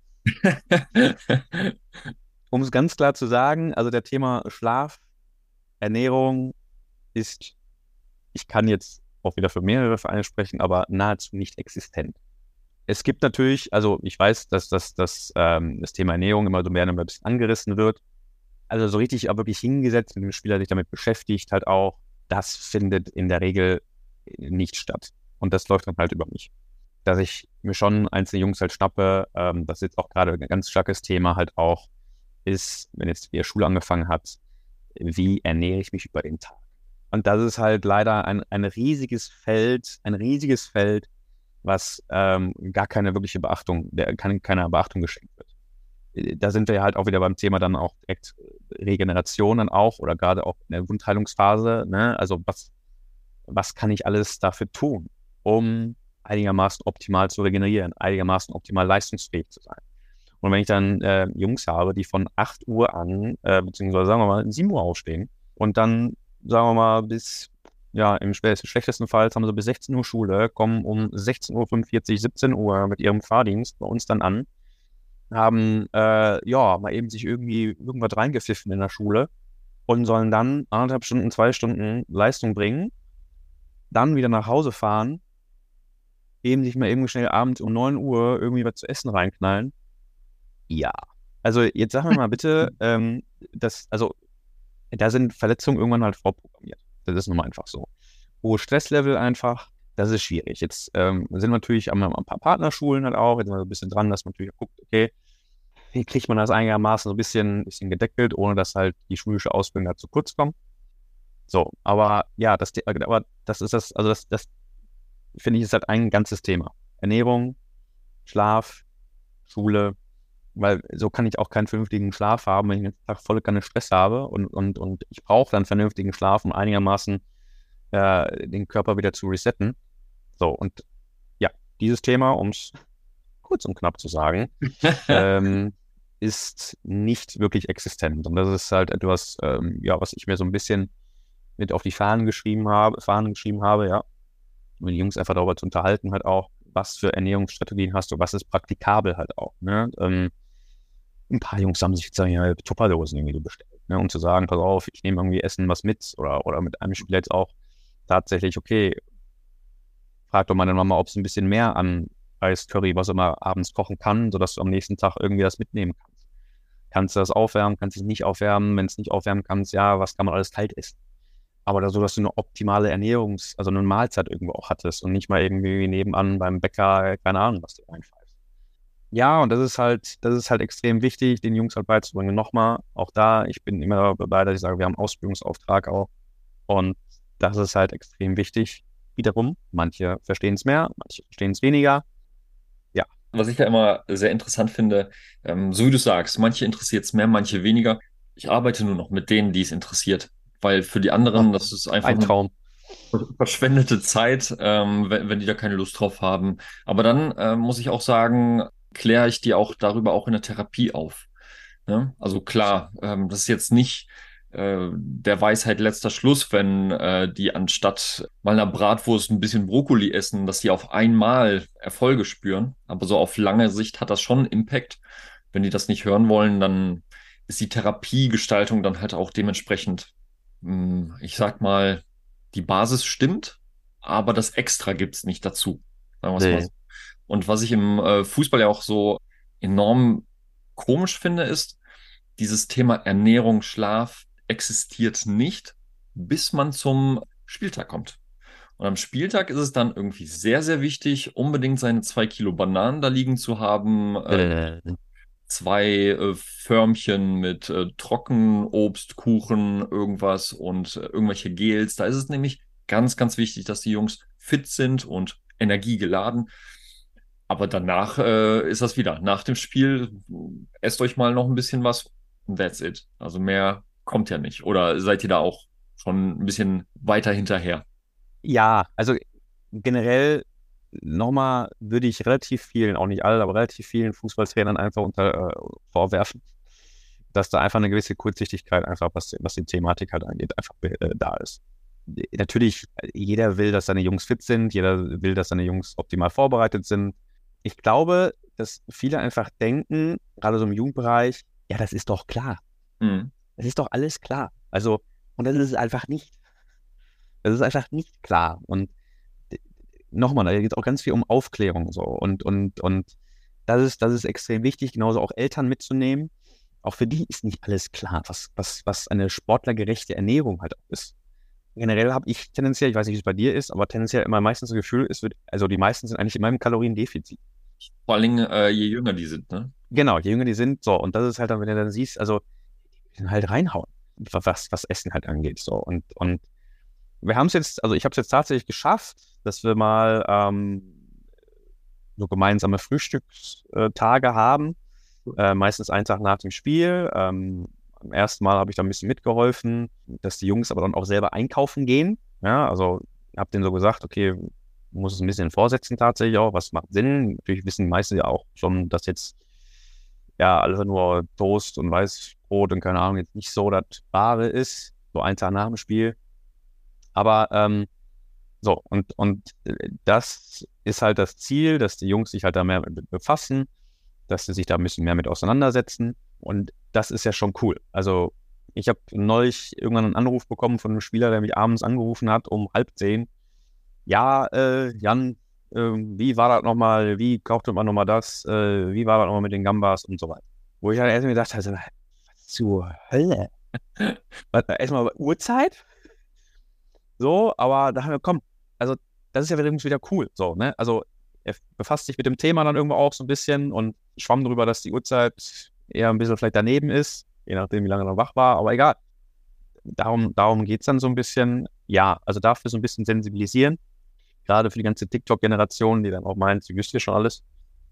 um es ganz klar zu sagen. Also der Thema Schlaf, Ernährung ist, ich kann jetzt auch wieder für mehrere Vereine sprechen, aber nahezu nicht existent. Es gibt natürlich, also ich weiß, dass, dass, dass ähm, das Thema Ernährung immer so mehr ein bisschen angerissen wird. Also so richtig aber wirklich hingesetzt und der Spieler sich damit beschäftigt, halt auch, das findet in der Regel nicht statt. Und das läuft dann halt über mich. Dass ich mir schon einzelne Jungs halt schnappe, ähm, das ist jetzt auch gerade ein ganz starkes Thema halt auch, ist, wenn jetzt wieder Schule angefangen hat, wie ernähre ich mich über den Tag? Und das ist halt leider ein, ein riesiges Feld, ein riesiges Feld, was ähm, gar keine wirkliche Beachtung, der keine, keine Beachtung geschenkt wird. Da sind wir ja halt auch wieder beim Thema dann auch direkt Regeneration dann auch oder gerade auch in der Wundheilungsphase, ne? Also was, was kann ich alles dafür tun, um einigermaßen optimal zu regenerieren, einigermaßen optimal leistungsfähig zu sein. Und wenn ich dann äh, Jungs habe, die von acht Uhr an, äh, beziehungsweise sagen wir mal sieben Uhr aufstehen und dann, sagen wir mal, bis, ja, im schlechtesten Fall haben sie bis sechzehn Uhr Schule, kommen um sechzehn Uhr fünfundvierzig, siebzehn Uhr mit ihrem Fahrdienst bei uns dann an, haben, äh, ja, mal eben sich irgendwie irgendwas reingepfiffen in der Schule und sollen dann anderthalb Stunden, zwei Stunden Leistung bringen, dann wieder nach Hause fahren, eben sich mal eben schnell abends um neun Uhr irgendwie was zu essen reinknallen. Ja. Also jetzt sag mir mal bitte, ähm, dass, also da sind Verletzungen irgendwann halt vorprogrammiert. Das ist nun mal einfach so. Hohe Stresslevel einfach, das ist schwierig. Jetzt ähm, sind wir natürlich an ein paar Partnerschulen halt auch, jetzt sind wir so ein bisschen dran, dass man natürlich guckt, okay, wie kriegt man das einigermaßen so ein bisschen, bisschen gedeckelt, ohne dass halt die schulische Ausbildung da zu kurz kommt. So, aber ja, das, aber das ist das, also das, das finde ich ist halt ein ganzes Thema. Ernährung, Schlaf, Schule, weil so kann ich auch keinen vernünftigen Schlaf haben, wenn ich den Tag voll keinen Stress habe und, und, und ich brauche dann vernünftigen Schlaf, um einigermaßen äh, den Körper wieder zu resetten. So, und ja, dieses Thema, um es kurz und knapp zu sagen, ähm, ist nicht wirklich existent. Und das ist halt etwas, ähm, ja, was ich mir so ein bisschen mit auf die Fahnen geschrieben habe, Fahnen geschrieben habe, ja, um die Jungs einfach darüber zu unterhalten, halt auch, was für Ernährungsstrategien hast du, was ist praktikabel halt auch, ne? Ähm, ein paar Jungs haben sich jetzt ja Tupperdosen irgendwie bestellt, ne? Um zu sagen, pass auf, ich nehme irgendwie Essen was mit oder, oder mit einem Spiel jetzt auch tatsächlich, okay, frag doch meine Mama, ob es ein bisschen mehr an Reis, Curry, was immer abends kochen kann, sodass du am nächsten Tag irgendwie das mitnehmen kannst. Kannst du das aufwärmen, kannst du es nicht aufwärmen, wenn es nicht aufwärmen kannst, ja, was kann man alles kalt essen? Aber da so, dass du eine optimale Ernährungs-, also eine Mahlzeit irgendwo auch hattest und nicht mal irgendwie nebenan beim Bäcker, keine Ahnung, was du reinpfeifst. Ja, und das ist halt, das ist halt extrem wichtig, den Jungs halt beizubringen. Nochmal, auch da, ich bin immer dabei, dass ich sage, wir haben einen Ausbildungsauftrag auch. Und das ist halt extrem wichtig. Wiederum, manche verstehen es mehr, manche verstehen es weniger. Ja. Was ich ja immer sehr interessant finde, ähm, so wie du sagst, manche interessiert es mehr, manche weniger. Ich arbeite nur noch mit denen, die es interessiert, weil für die Ach, anderen, das ist einfach ein eine Traum. verschwendete Zeit, ähm, wenn, wenn die da keine Lust drauf haben. Aber dann äh, muss ich auch sagen, kläre ich die auch darüber auch in der Therapie auf. Ne? Also klar, ähm, das ist jetzt nicht äh, der Weisheit letzter Schluss, wenn äh, die anstatt mal einer Bratwurst ein bisschen Brokkoli essen, dass die auf einmal Erfolge spüren. Aber so auf lange Sicht hat das schon Impact. Wenn die das nicht hören wollen, dann ist die Therapiegestaltung dann halt auch dementsprechend, mh, ich sag mal, die Basis stimmt, aber das Extra gibt's nicht dazu. Sagen wir es mal Nee. so. Und was ich im äh, Fußball ja auch so enorm komisch finde, ist, dieses Thema Ernährung, Schlaf existiert nicht, bis man zum Spieltag kommt. Und am Spieltag ist es dann irgendwie sehr, sehr wichtig, unbedingt seine zwei Kilo Bananen da liegen zu haben, äh, Nee. zwei äh, Förmchen mit äh, Trockenobst, Kuchen, irgendwas und äh, irgendwelche Gels. Da ist es nämlich ganz, ganz wichtig, dass die Jungs fit sind und energiegeladen. Aber danach äh, ist das wieder. Nach dem Spiel esst euch mal noch ein bisschen was. That's it. Also mehr kommt ja nicht. Oder seid ihr da auch schon ein bisschen weiter hinterher? Ja, also generell nochmal würde ich relativ vielen, auch nicht alle, aber relativ vielen Fußballtrainern einfach unter, äh, vorwerfen, dass da einfach eine gewisse Kurzsichtigkeit einfach, was, was die Thematik halt angeht, einfach äh, da ist. Natürlich, jeder will, dass seine Jungs fit sind, jeder will, dass seine Jungs optimal vorbereitet sind. Ich glaube, dass viele einfach denken, gerade so im Jugendbereich, ja, das ist doch klar. Mhm. Das ist doch alles klar. Also, und das ist es einfach nicht. Das ist einfach nicht klar. Und d- nochmal, da geht es auch ganz viel um Aufklärung so. Und, und, und das ist, das ist extrem wichtig, genauso auch Eltern mitzunehmen. Auch für die ist nicht alles klar, was, was, was eine sportlergerechte Ernährung halt auch ist. Generell habe ich tendenziell, ich weiß nicht, wie es bei dir ist, aber tendenziell immer meistens das Gefühl, es wird, also die meisten sind eigentlich in meinem Kaloriendefizit. Vor allen Dingen, äh, je jünger die sind, ne? Genau, je jünger die sind, so. Und das ist halt dann, wenn du dann siehst, also, die sind halt reinhauen, was, was Essen halt angeht, so. Und, und wir haben es jetzt, also ich habe es jetzt tatsächlich geschafft, dass wir mal ähm, so gemeinsame Frühstückstage haben. Äh, meistens einen Tag nach dem Spiel. Ähm, am ersten Mal habe ich da ein bisschen mitgeholfen, dass die Jungs aber dann auch selber einkaufen gehen. Ja, also ich habe denen so gesagt, okay, muss es ein bisschen vorsetzen tatsächlich auch, was macht Sinn. Natürlich wissen die meisten ja auch schon, dass jetzt ja alles nur Toast und Weißbrot und keine Ahnung, jetzt nicht so das Wahre ist, so einen Tag nach dem Spiel. Aber ähm, so, und, und äh, das ist halt das Ziel, dass die Jungs sich halt da mehr mit befassen, dass sie sich da ein bisschen mehr mit auseinandersetzen. Und das ist ja schon cool. Also ich habe neulich irgendwann einen Anruf bekommen von einem Spieler, der mich abends angerufen hat um halb zehn. Ja, äh, Jan, äh, wie war das nochmal? Wie kaufte man nochmal das? Äh, wie war das nochmal mit den Gambas und so weiter? Wo ich dann erstmal gedacht habe, was zur Hölle? Was, erstmal Uhrzeit? So, aber da haben wir, komm, also das ist ja übrigens wieder cool, so, ne? Also er befasst sich mit dem Thema dann irgendwo auch so ein bisschen und schwamm drüber, dass die Uhrzeit eher ein bisschen vielleicht daneben ist, je nachdem, wie lange er noch wach war, aber egal. Darum, darum geht es dann so ein bisschen, ja, also dafür so ein bisschen sensibilisieren, gerade für die ganze TikTok-Generation, die dann auch meint, sie wüsste ja schon alles.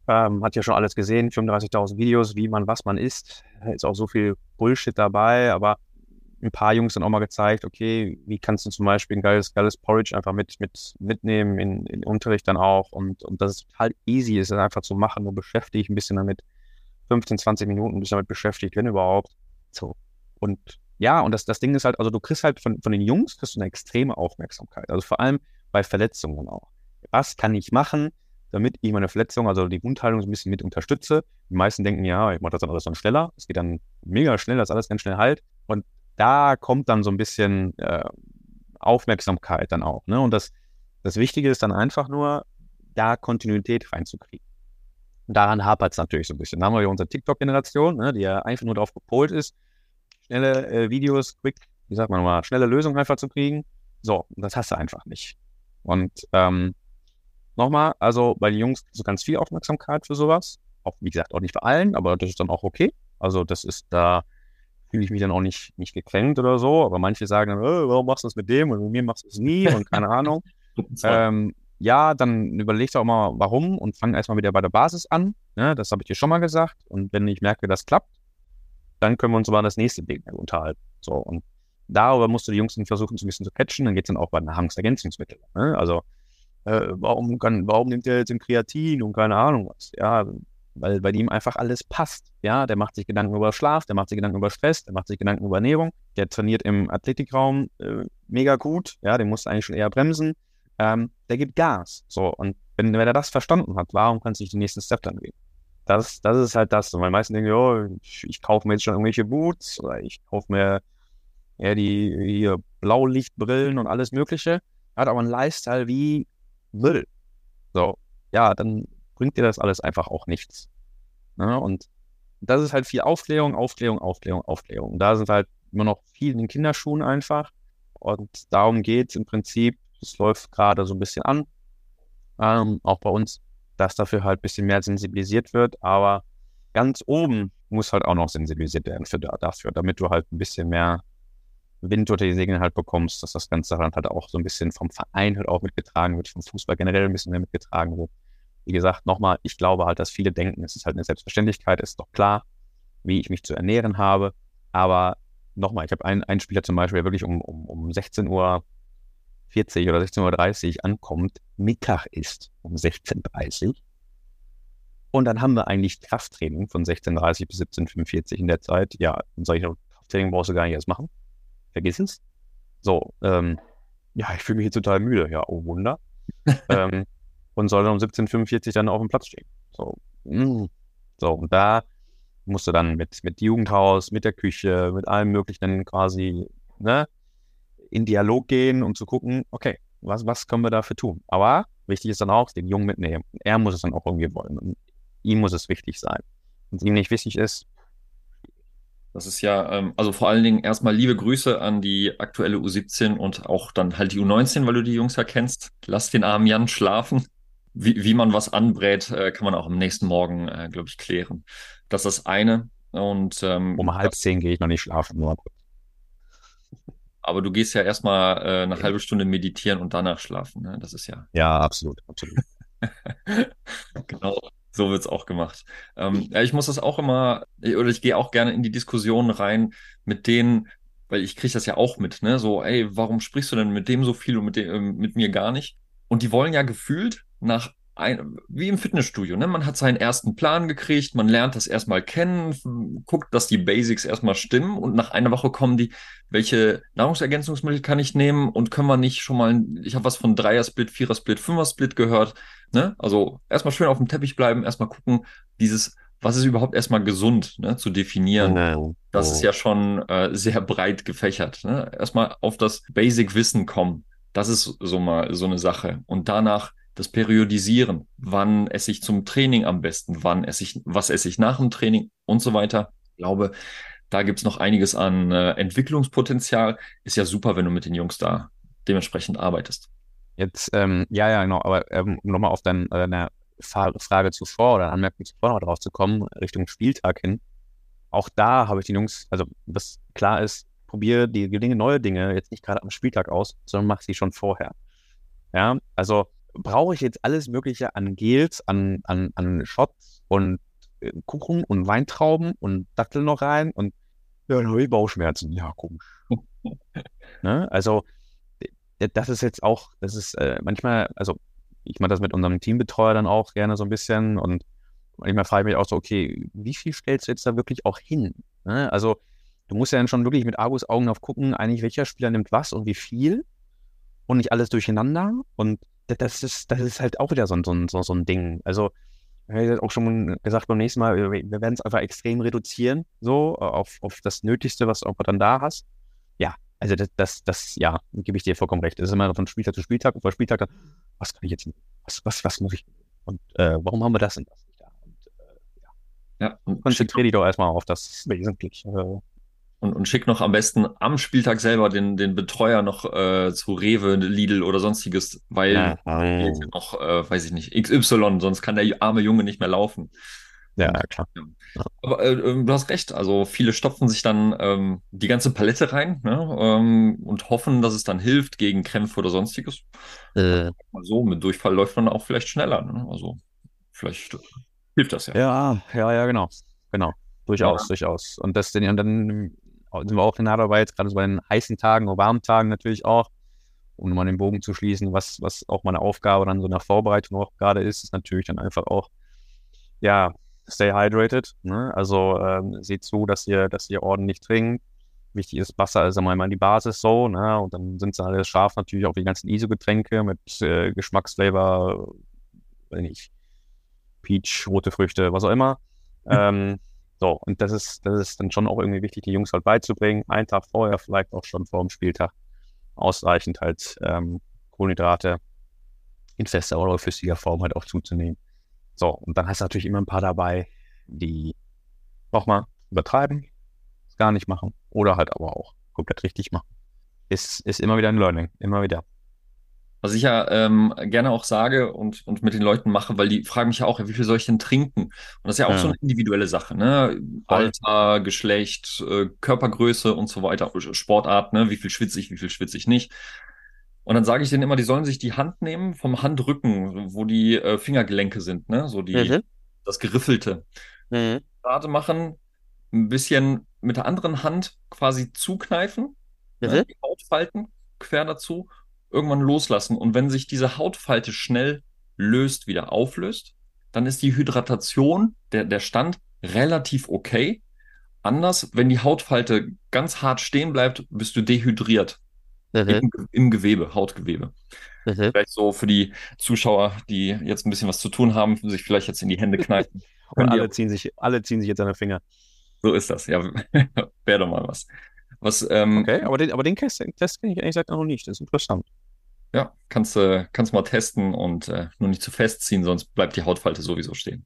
Ähm, hat ja schon alles gesehen, fünfunddreißigtausend Videos, wie man, was man isst. Ist auch so viel Bullshit dabei, aber ein paar Jungs dann auch mal gezeigt, okay, wie kannst du zum Beispiel ein geiles, geiles Porridge einfach mit, mit, mitnehmen in, in den Unterricht dann auch und, und das ist total easy, ist das einfach zu machen, nur beschäftige ich ein bisschen damit, fünfzehn, zwanzig Minuten ein bisschen damit beschäftigt, wenn überhaupt. So. Und ja, und das, das Ding ist halt, also du kriegst halt von, von den Jungs kriegst du eine extreme Aufmerksamkeit, also vor allem bei Verletzungen auch. Was kann ich machen, damit ich meine Verletzung, also die Wundheilung so ein bisschen mit unterstütze? Die meisten denken, ja, ich mache das dann alles dann schneller, es geht dann mega schnell, dass alles ganz schnell heilt und da kommt dann so ein bisschen äh, Aufmerksamkeit dann auch. Ne? Und das, das Wichtige ist dann einfach nur, da Kontinuität reinzukriegen. Und daran hapert es natürlich so ein bisschen. Da haben wir ja unsere TikTok-Generation, ne, die ja einfach nur darauf gepolt ist, schnelle äh, Videos, quick, wie sagt man mal, schnelle Lösungen einfach zu kriegen. So, das hast du einfach nicht. Und ähm, nochmal, also bei den Jungs so ganz viel Aufmerksamkeit für sowas. Auch, wie gesagt, auch nicht bei allen, aber das ist dann auch okay. Also das ist da fühle ich mich dann auch nicht, nicht gekränkt oder so, aber manche sagen dann, äh, warum machst du das mit dem und mit mir machst du es nie und keine Ahnung. ähm, ja, dann überleg doch mal, warum und fang erstmal wieder bei der Basis an. Ne? Das habe ich dir schon mal gesagt. Und wenn ich merke, das klappt, dann können wir uns über das nächste Ding unterhalten. So, und darüber musst du die Jungs dann versuchen, so ein bisschen zu catchen. Dann geht es dann auch bei Nahrungsergänzungsmitteln. Ne? Also, äh, warum, kann, warum nimmt der jetzt ein Kreatin und keine Ahnung was? Ja, weil bei ihm einfach alles passt. Ja, der macht sich Gedanken über Schlaf, der macht sich Gedanken über Stress, der macht sich Gedanken über Ernährung, der trainiert im Athletikraum äh, mega gut, ja, den musst du eigentlich schon eher bremsen. Ähm, der gibt Gas. So, und wenn, wenn er das verstanden hat, warum kann es nicht den nächsten Step dann gehen? Das, das ist halt das. Und weil meisten denken, oh, ich, ich kaufe mir jetzt schon irgendwelche Boots oder ich kaufe mir ja, die hier Blaulichtbrillen und alles Mögliche, hat aber einen Lifestyle wie Müll. So, ja, dann bringt dir das alles einfach auch nichts. Ja, und das ist halt viel Aufklärung, Aufklärung, Aufklärung, Aufklärung. Und da sind halt immer noch viel in den Kinderschuhen einfach. Und darum geht es im Prinzip, es läuft gerade so ein bisschen an, ähm, auch bei uns, dass dafür halt ein bisschen mehr sensibilisiert wird. Aber ganz oben muss halt auch noch sensibilisiert werden für, dafür, damit du halt ein bisschen mehr Wind unter die Segel halt bekommst, dass das Ganze dann halt auch so ein bisschen vom Verein halt auch mitgetragen wird, vom Fußball generell ein bisschen mehr mitgetragen wird. Wie gesagt, nochmal, ich glaube halt, dass viele denken, es ist halt eine Selbstverständlichkeit, ist doch klar, wie ich mich zu ernähren habe. Aber nochmal, ich habe einen, einen Spieler zum Beispiel, der wirklich um, um, um sechzehn Uhr vierzig oder sechzehn Uhr dreißig ankommt, Mittag isst um sechzehn Uhr dreißig. Und dann haben wir eigentlich Krafttraining von sechzehn Uhr dreißig bis siebzehn Uhr fünfundvierzig in der Zeit. Ja, solche Krafttraining brauchst du gar nicht erst machen. Vergiss es. So, ähm, ja, ich fühle mich jetzt total müde. Ja, oh Wunder. ähm, und soll dann um siebzehn Uhr fünfundvierzig dann auf dem Platz stehen. So, mh. so und da musst du dann mit, mit Jugendhaus, mit der Küche, mit allem Möglichen dann quasi ne, in Dialog gehen, um zu gucken, okay, was, was können wir dafür tun? Aber wichtig ist dann auch, den Jungen mitnehmen. Er muss es dann auch irgendwie wollen. Und ihm muss es wichtig sein. Wenn es ihm nicht wichtig ist. Das ist ja, ähm, also vor allen Dingen erstmal liebe Grüße an die aktuelle U siebzehn und auch dann halt die U neunzehn, weil du die Jungs ja kennst. Lass den armen Jan schlafen. Wie, wie man was anbrät, äh, kann man auch am nächsten Morgen, äh, glaube ich, klären. Das ist das eine. Und ähm, Um halb zehn gehe ich noch nicht schlafen. Nur. Aber du gehst ja erstmal äh, eine halbe Stunde meditieren und danach schlafen. Ne? Das ist ja. Ja, absolut, absolut. Genau, so wird's auch gemacht. Ähm, ja, ich muss das auch immer, oder ich gehe auch gerne in die Diskussion rein mit denen, weil ich kriege das ja auch mit, ne? So, ey, warum sprichst du denn mit dem so viel und mit dem, ähm, mit mir gar nicht? Und die wollen ja gefühlt nach ein, wie im Fitnessstudio, ne? Man hat seinen ersten Plan gekriegt, man lernt das erstmal kennen, guckt, dass die Basics erstmal stimmen und nach einer Woche kommen die, welche Nahrungsergänzungsmittel kann ich nehmen und können wir nicht schon mal, ich habe was von Dreier-Split, Vierer-Split, Fünfer-Split gehört, ne? Also erstmal schön auf dem Teppich bleiben, erstmal gucken, dieses, was ist überhaupt erstmal gesund, ne, zu definieren. Oh. Das ist ja schon äh, sehr breit gefächert. Ne? Erstmal auf das Basic-Wissen kommen. Das ist so mal so eine Sache. Und danach das Periodisieren. Wann esse ich zum Training am besten? Wann esse ich, was esse ich nach dem Training und so weiter. Ich glaube, da gibt's noch einiges an äh, Entwicklungspotenzial. Ist ja super, wenn du mit den Jungs da dementsprechend arbeitest. Jetzt, ähm, ja, ja, genau, aber ähm, um nochmal auf dein, deine Fa- Frage zuvor oder Anmerkung zuvor noch drauf zu kommen, Richtung Spieltag hin, auch da habe ich die Jungs, also was klar ist, probiere die Dinge, neue Dinge jetzt nicht gerade am Spieltag aus, sondern mach sie schon vorher. Ja, also brauche ich jetzt alles Mögliche an Gels, an, an, an Shots und äh, Kuchen und Weintrauben und Datteln noch rein und ja, dann habe ich Bauchschmerzen. Ja, komisch. Ne? Also, äh, das ist jetzt auch, das ist äh, manchmal, also ich mache das mit unserem Teambetreuer dann auch gerne so ein bisschen und manchmal frage ich mich auch so, okay, wie viel stellst du jetzt da wirklich auch hin? Ne? Also, du musst ja dann schon wirklich mit Argusaugen auf gucken, eigentlich welcher Spieler nimmt was und wie viel und nicht alles durcheinander. Und da- das ist, das ist halt auch wieder so, ein- so, ein- so, so ein Ding. Also, ich habe ja auch schon gesagt, beim nächsten Mal, wir, wir werden es einfach extrem reduzieren, so äh, auf, auf das Nötigste, was du auch dann da hast. Ja, also das, das, das, ja, gebe ich dir vollkommen recht. Es ist immer von Spieltag zu Spieltag und von Spieltag dann, was kann ich jetzt, was, was, was muss ich, und äh, warum haben wir das und das nicht da? Und äh, ja, Ja, und schick konzentriere dich doch erstmal auf das Wesentliche. Äh, Und, und schick noch am besten am Spieltag selber den, den Betreuer noch äh, zu Rewe, Lidl oder sonstiges, weil ja, fehlt ja ähm, noch, äh, weiß ich nicht, X Y, sonst kann der arme Junge nicht mehr laufen. ja, Und, klar. ja. Ja. Aber äh, äh, du hast recht, also viele stopfen sich dann ähm, die ganze Palette rein, ne, ähm, und hoffen, dass es dann hilft gegen Krämpfe oder sonstiges. Äh, Mal so, mit Durchfall läuft man auch vielleicht schneller. Ne? Also vielleicht hilft das ja. ja, ja, ja, genau. Genau. Durchaus, Ja. durchaus. Und das denn, und dann sind wir auch genau dabei, jetzt gerade so bei den heißen Tagen oder warmen Tagen natürlich auch, um mal den Bogen zu schließen, was, was auch meine Aufgabe dann so in der Vorbereitung auch gerade ist, ist natürlich dann einfach auch, ja, stay hydrated, ne? Also ähm, seht zu, dass ihr, dass ihr ordentlich trinkt. Wichtig ist, Wasser ist einmal die Basis so, ne? Und dann sind sie alle scharf natürlich auch die ganzen I S O-Getränke mit äh, Geschmacksflavor, weiß nicht, Peach, rote Früchte, was auch immer. Ähm, so, und das ist, das ist dann schon auch irgendwie wichtig, die Jungs halt beizubringen. Einen Tag vorher, vielleicht auch schon vor dem Spieltag, ausreichend halt ähm, Kohlenhydrate in fester oder flüssiger Form halt auch zuzunehmen. So, und dann hast du natürlich immer ein paar dabei, die nochmal übertreiben, es gar nicht machen oder halt aber auch komplett richtig machen. Ist, ist immer wieder ein Learning, immer wieder. Was ich ja ähm, gerne auch sage und, und mit den Leuten mache, weil die fragen mich ja auch, ja, wie viel soll ich denn trinken? Und das ist ja auch so Ja, eine individuelle Sache, ne? voll. Alter, Geschlecht, äh, Körpergröße und so weiter, Sportart, ne? Wie viel schwitze ich, wie viel schwitze ich nicht? Und dann sage ich denen immer, die sollen sich die Hand nehmen vom Handrücken, wo die äh, Fingergelenke sind, ne? So die, Mhm. das Geriffelte. Mhm. Gerade machen, ein bisschen mit der anderen Hand quasi zukneifen, ne? Mhm. Die Hautfalten quer dazu, irgendwann loslassen. Und wenn sich diese Hautfalte schnell löst, wieder auflöst, dann ist die Hydratation, der, der Stand relativ okay. Anders, wenn die Hautfalte ganz hart stehen bleibt, bist du dehydriert Mhm. im, im Gewebe, Hautgewebe. Mhm. Vielleicht so für die Zuschauer, die jetzt ein bisschen was zu tun haben, sich vielleicht jetzt in die Hände kneifen. Und Können die alle auch. ziehen sich, alle ziehen sich jetzt an den Finger. So ist das, ja. Wäre doch mal was. Was, ähm, Okay, aber den, aber den Test, Test kenne ich ehrlich gesagt noch nicht. Das ist interessant. ja, kannst du kannst mal testen und äh, nur nicht zu fest ziehen, sonst bleibt die Hautfalte sowieso stehen.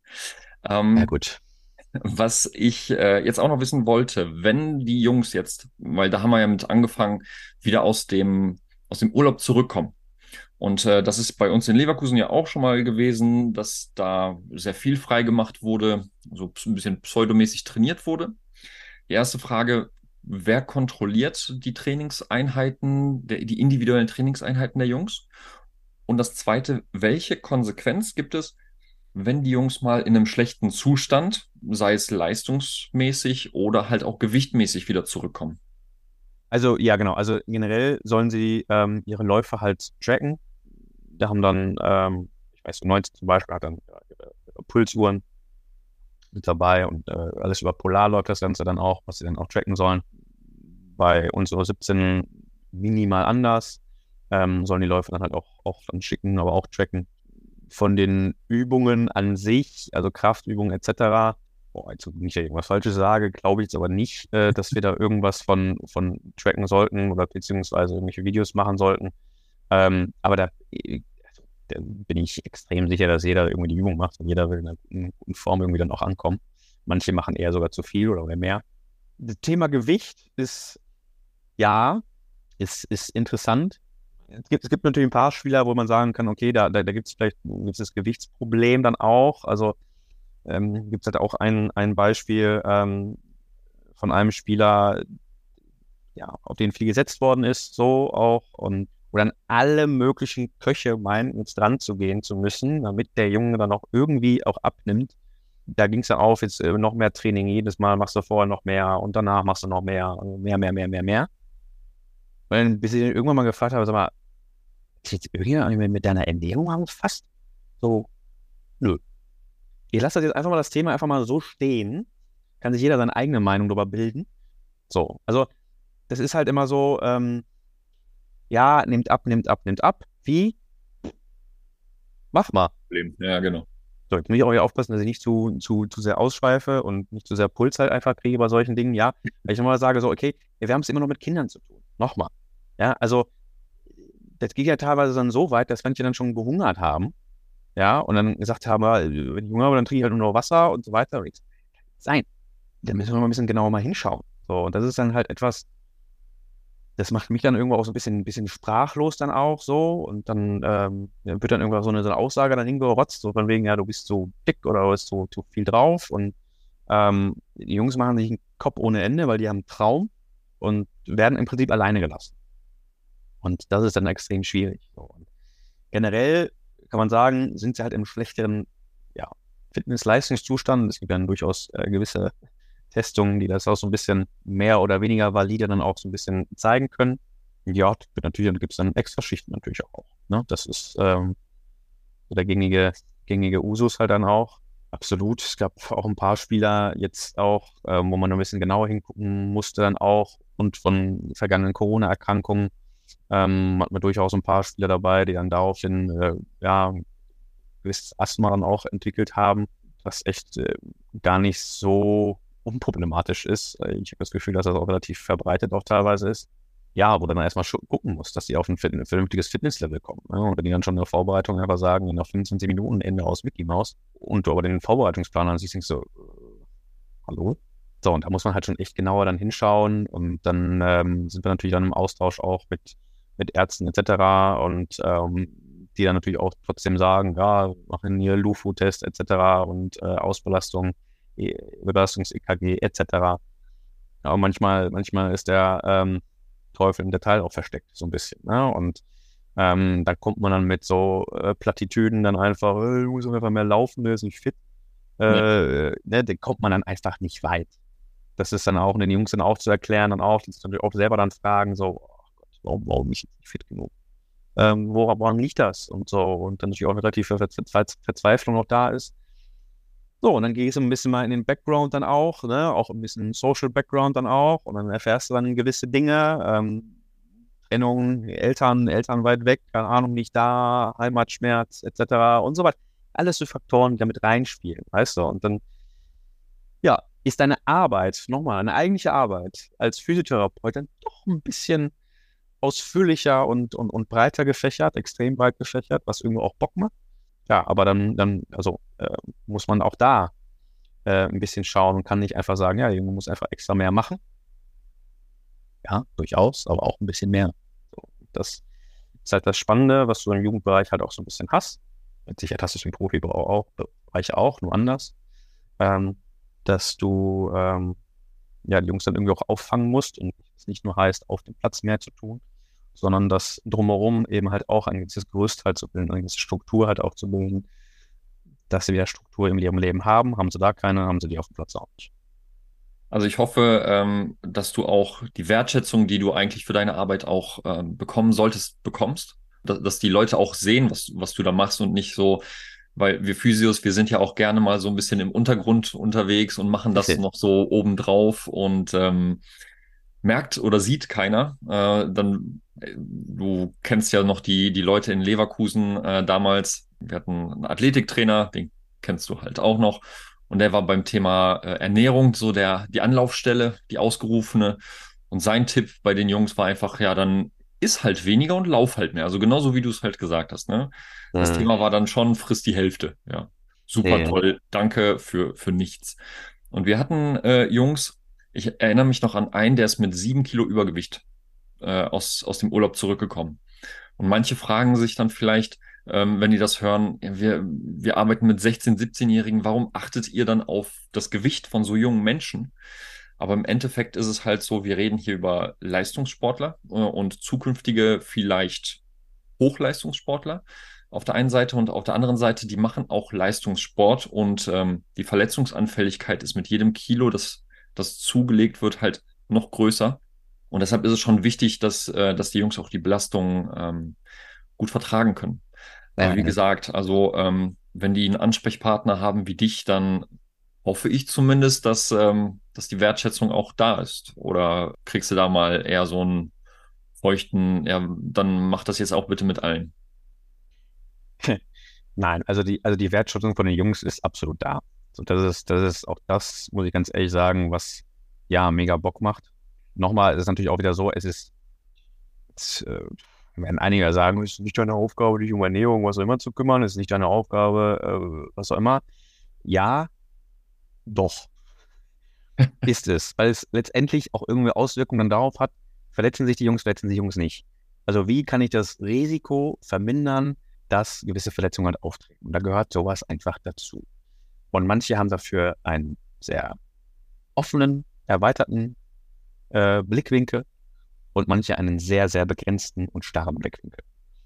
Ja, Ähm, gut. was ich äh, jetzt auch noch wissen wollte, wenn die Jungs jetzt, weil da haben wir ja mit angefangen, wieder aus dem, aus dem Urlaub zurückkommen. Und äh, das ist bei uns in Leverkusen ja auch schon mal gewesen, dass da sehr viel freigemacht wurde, so ein bisschen pseudomäßig trainiert wurde. Die erste Frage, wer kontrolliert die Trainingseinheiten, der, die individuellen Trainingseinheiten der Jungs? Und das zweite, welche Konsequenz gibt es, wenn die Jungs mal in einem schlechten Zustand, sei es leistungsmäßig oder halt auch gewichtmäßig wieder zurückkommen? Also, ja, genau. Also generell sollen sie ähm, ihre Läufe halt tracken. Da haben dann, ähm, ich weiß, so neunzehn zum Beispiel hat dann äh, ihre, ihre Pulsuhren mit dabei und äh, alles über Polar läuft das Ganze dann auch, was sie dann auch tracken sollen. Bei uns U siebzehn minimal anders. Ähm, sollen die Läufe dann halt auch, auch dann schicken, aber auch tracken. Von den Übungen an sich, also Kraftübungen et cetera, boah, jetzt nicht, dass ich irgendwas Falsches sage, glaube ich jetzt aber nicht, äh, dass wir da irgendwas von, von tracken sollten oder beziehungsweise irgendwelche Videos machen sollten. Ähm, aber da, äh, also, da bin ich extrem sicher, dass jeder irgendwie die Übung macht und jeder will in einer guten, guten Form irgendwie dann auch ankommen. Manche machen eher sogar zu viel oder mehr. Das Thema Gewicht ist, ja, ist, ist interessant. Es gibt, es gibt natürlich ein paar Spieler, wo man sagen kann, okay, da, da, da gibt es vielleicht gibt's das Gewichtsproblem dann auch. Also ähm, gibt es halt auch ein, ein Beispiel ähm, von einem Spieler, ja, auf den viel gesetzt worden ist, so auch. Und wo dann alle möglichen Köche meinen, jetzt dran zu gehen zu müssen, damit der Junge dann auch irgendwie auch abnimmt. Da ging es dann auf, jetzt äh, noch mehr Training, jedes Mal machst du vorher noch mehr und danach machst du noch mehr, also mehr, mehr, mehr, mehr, mehr. Und dann, bis ich ihn irgendwann mal gefragt habe, sag mal, ist jetzt irgendjemand mit mit deiner Ernährung angefasst? So, nö. Ich lasse das jetzt einfach mal das Thema einfach mal so stehen. Kann sich jeder seine eigene Meinung darüber bilden. So, also das ist halt immer so, ähm, ja, nimmt ab, nimmt ab, nimmt ab. Wie? Mach mal. Problem. Ja, genau. So, jetzt muss ich auch hier aufpassen, dass ich nicht zu, zu, zu sehr ausschweife und nicht zu sehr Puls halt einfach kriege bei solchen Dingen. Ja, weil ich nochmal sage, so, okay, wir haben es immer noch mit Kindern zu tun. Nochmal. Ja, also das geht ja teilweise dann so weit, dass manche dann schon gehungert haben. Ja, und dann gesagt haben, ja, wenn ich Hunger habe, dann trinke ich halt nur noch Wasser und so weiter. Und ich, sein. Da müssen wir mal ein bisschen genauer mal hinschauen. So, und das ist dann halt etwas, das macht mich dann irgendwo auch so ein bisschen, ein bisschen sprachlos dann auch so. Und dann ähm, ja, wird dann irgendwann so eine, so eine Aussage dann hingerotzt, so von wegen, ja, du bist so dick oder du hast so, so viel drauf. Und ähm, die Jungs machen sich einen Kopf ohne Ende, weil die haben einen Traum und werden im Prinzip alleine gelassen. Und das ist dann extrem schwierig. So. Und generell kann man sagen, sind sie halt im schlechteren ja, Fitness-Leistungszustand. Es gibt dann durchaus äh, gewisse Testungen, die das auch so ein bisschen mehr oder weniger valide dann auch so ein bisschen zeigen können. Ja, natürlich, dann gibt es dann extra Schichten natürlich auch. Ne? Das ist ähm, so der gängige, gängige Usus halt dann auch. Absolut. Es gab auch ein paar Spieler jetzt auch, ähm, wo man ein bisschen genauer hingucken musste dann auch und von vergangenen Corona-Erkrankungen ähm, hat man durchaus ein paar Spieler dabei, die dann daraufhin äh, ja, ein gewisses Asthma dann auch entwickelt haben, was echt äh, gar nicht so unproblematisch ist. Äh, Ich habe das Gefühl, dass das auch relativ verbreitet auch teilweise ist. Ja, wo dann erstmal schu- gucken muss, dass die auf ein fit- ein vernünftiges Fitnesslevel kommen. Ne? Und wenn die dann schon in der Vorbereitung einfach sagen, nach fünfundzwanzig Minuten Ende aus Mickey Mouse und du aber den Vorbereitungsplan an sich denkst so, äh, hallo? So, und da muss man halt schon echt genauer dann hinschauen und dann ähm, sind wir natürlich dann im Austausch auch mit, mit Ärzten et cetera und ähm, die dann natürlich auch trotzdem sagen, ja, machen hier Lufu-Test et cetera und äh, Ausbelastung, E- Belastungs-E K G et cetera. Ja, und manchmal, manchmal ist der ähm, Teufel im Detail auch versteckt, so ein bisschen. Ne? Und ähm, da kommt man dann mit so äh, Plattitüden dann einfach, äh, du musst einfach mehr laufen, der ist nicht fit. Ja. Äh, ne, da kommt man dann einfach nicht weit. Das ist dann auch den Jungs dann auch zu erklären, dann auch, die sich natürlich auch selber dann fragen, so, oh Gott, warum, warum bin ich nicht fit genug? Ähm, woran, woran liegt das? Und so, und dann natürlich auch eine relative Verze- Verzweiflung noch da ist. So, und dann gehst du ein bisschen mal in den Background dann auch, ne, auch ein bisschen Social Background dann auch, und dann erfährst du dann gewisse Dinge, ähm, Trennung, Eltern, Eltern weit weg, keine Ahnung, nicht da, Heimatschmerz, et cetera und so weiter. Alles so Faktoren, die damit reinspielen, weißt du? Und dann, ja, ist deine Arbeit, nochmal, eine eigentliche Arbeit als Physiotherapeut dann doch ein bisschen ausführlicher und, und, und breiter gefächert, extrem breit gefächert, was irgendwo auch Bock macht. Ja, aber dann, dann also äh, muss man auch da äh, ein bisschen schauen und kann nicht einfach sagen, ja, man muss einfach extra mehr machen. Ja, durchaus, aber auch ein bisschen mehr. So, das ist halt das Spannende, was du im Jugendbereich halt auch so ein bisschen hast. Mit Sicherheit hast du es im Profibereich auch, Bereich auch, nur anders. Ähm, dass du ähm, ja, die Jungs dann irgendwie auch auffangen musst und es nicht nur heißt, auf dem Platz mehr zu tun, sondern das drumherum eben halt auch ein gewisses Gerüst halt zu bilden, eine gewisse Struktur halt auch zu bilden, dass sie wieder Struktur in ihrem Leben haben. Haben sie da keine, haben sie die auf dem Platz auch nicht. Also ich hoffe, ähm, dass du auch die Wertschätzung, die du eigentlich für deine Arbeit auch ähm, bekommen solltest, bekommst. Dass, dass die Leute auch sehen, was, was du da machst und nicht so, weil wir Physios, wir sind ja auch gerne mal so ein bisschen im Untergrund unterwegs und machen das Richtig. noch so obendrauf und ähm, merkt oder sieht keiner. Äh, dann, äh, du kennst ja noch die, die Leute in Leverkusen äh, damals. Wir hatten einen Athletiktrainer, den kennst du halt auch noch. Und der war beim Thema äh, Ernährung so der, die Anlaufstelle, die ausgerufene. Und sein Tipp bei den Jungs war einfach, ja, dann iss halt weniger und lauf halt mehr. Also genauso wie du es halt gesagt hast, ne? Das Hm. Thema war dann schon, frisst die Hälfte. Ja, super Nee. toll. Danke für, für nichts. Und wir hatten äh, Jungs, ich erinnere mich noch an einen, der ist mit sieben Kilo Übergewicht äh, aus, aus dem Urlaub zurückgekommen. Und manche fragen sich dann vielleicht, ähm, wenn die das hören, ja, wir, wir arbeiten mit sechzehn-, siebzehn-Jährigen, warum achtet ihr dann auf das Gewicht von so jungen Menschen? Aber im Endeffekt ist es halt so, wir reden hier über Leistungssportler äh, und zukünftige vielleicht Hochleistungssportler auf der einen Seite und auf der anderen Seite, die machen auch Leistungssport und ähm, die Verletzungsanfälligkeit ist mit jedem Kilo, das, das zugelegt wird, halt noch größer. Und deshalb ist es schon wichtig, dass, äh, dass die Jungs auch die Belastung ähm, gut vertragen können. Aber wie Äh, gesagt, also ähm, wenn die einen Ansprechpartner haben wie dich, dann hoffe ich zumindest, dass, ähm, dass die Wertschätzung auch da ist. Oder kriegst du da mal eher so einen feuchten, ja, dann mach das jetzt auch bitte mit allen. Nein, also die, also die Wertschätzung von den Jungs ist absolut da. So, das ist, das ist auch das, muss ich ganz ehrlich sagen, was ja mega Bock macht. Nochmal, es ist natürlich auch wieder so, es ist, es, äh, werden einige sagen, es ist nicht deine Aufgabe, dich um Ernährung, was auch immer zu kümmern, es ist nicht deine Aufgabe, äh, was auch immer. Ja, doch, ist es, weil es letztendlich auch irgendwie Auswirkungen dann darauf hat, verletzen sich die Jungs, verletzen sich die Jungs nicht. Also wie kann ich das Risiko vermindern, dass gewisse Verletzungen halt auftreten? Und da gehört sowas einfach dazu. Und manche haben dafür einen sehr offenen, erweiterten äh, Blickwinkel und manche einen sehr, sehr begrenzten und starren Blickwinkel.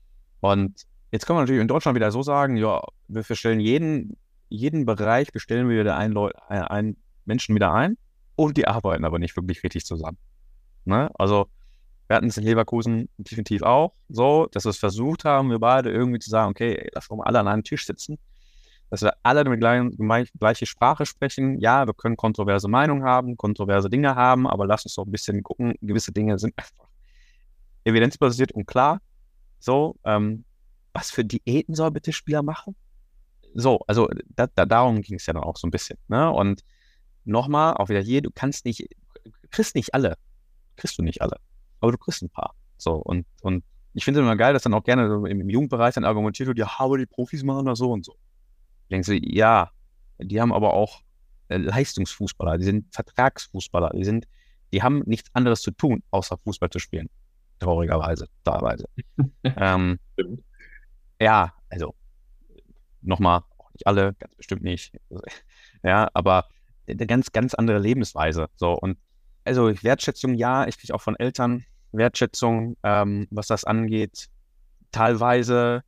Und jetzt kann man natürlich in Deutschland wieder so sagen, ja, wir bestellen jeden, jeden Bereich, bestellen wir wieder einen, Leu äh, einen Menschen wieder ein und die arbeiten aber nicht wirklich richtig zusammen. Ne? Also wir hatten es in Leverkusen definitiv auch so, dass wir es versucht haben, wir beide irgendwie zu sagen, okay, lass uns mal alle an einem Tisch sitzen, dass wir alle die gleiche, gleiche Sprache sprechen. Ja, wir können kontroverse Meinungen haben, kontroverse Dinge haben, aber lass uns doch ein bisschen gucken, gewisse Dinge sind einfach evidenzbasiert und klar. So, ähm, was für Diäten soll bitte Spieler machen? So, also da, da, darum ging es ja dann auch so ein bisschen. Ne? Und nochmal, auch wieder hier, du kannst nicht, du kriegst nicht alle, kriegst du nicht alle, aber du kriegst ein paar. So, und, und ich finde es immer geil, dass dann auch gerne so im, im Jugendbereich dann argumentiert wird, ja, aber die Profis machen das so und so. Denkst du, ja, die haben aber auch äh, Leistungsfußballer, die sind Vertragsfußballer, die sind, die haben nichts anderes zu tun, außer Fußball zu spielen. Traurigerweise, teilweise. Ähm, Stimmt. ja, also nochmal, auch nicht alle, ganz bestimmt nicht. Ja, aber eine ganz, ganz andere Lebensweise. So, und also Wertschätzung, ja, ich kriege auch von Eltern Wertschätzung, ähm, was das angeht. Teilweise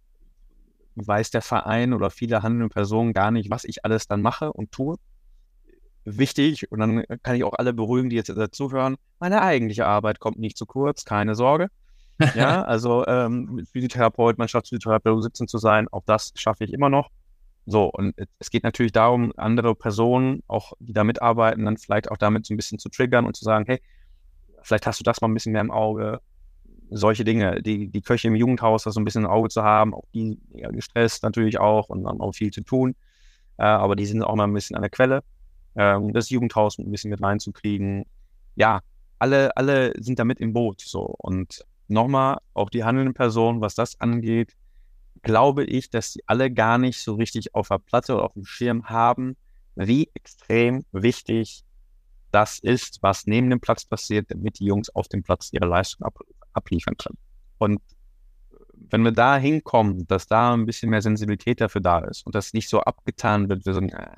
weiß der Verein oder viele handelnde Personen gar nicht, was ich alles dann mache und tue. Wichtig, und dann kann ich auch alle beruhigen, die jetzt dazuhören. Meine eigentliche Arbeit kommt nicht zu kurz, keine Sorge. Ja, also ähm, Physiotherapeut, Mannschaftsphysiotherapeut sitzen zu sein, auch das schaffe ich immer noch. So, und es geht natürlich darum, andere Personen, auch die da mitarbeiten, dann vielleicht auch damit so ein bisschen zu triggern und zu sagen, hey, vielleicht hast du das mal ein bisschen mehr im Auge. Solche Dinge, die, die Köche im Jugendhaus, das so ein bisschen im Auge zu haben, auch die ja, gestresst natürlich auch und haben auch viel zu tun. Äh, aber die sind auch mal ein bisschen an der Quelle. Ähm, das Jugendhaus ein bisschen mit reinzukriegen. Ja, alle, alle sind da mit im Boot. So. Und nochmal, auch die handelnden Personen, was das angeht, glaube ich, dass sie alle gar nicht so richtig auf der Platte oder auf dem Schirm haben, wie extrem wichtig das ist, was neben dem Platz passiert, damit die Jungs auf dem Platz ihre Leistung ab, abliefern können. Und wenn wir da hinkommen, dass da ein bisschen mehr Sensibilität dafür da ist und das nicht so abgetan wird, wir so, äh,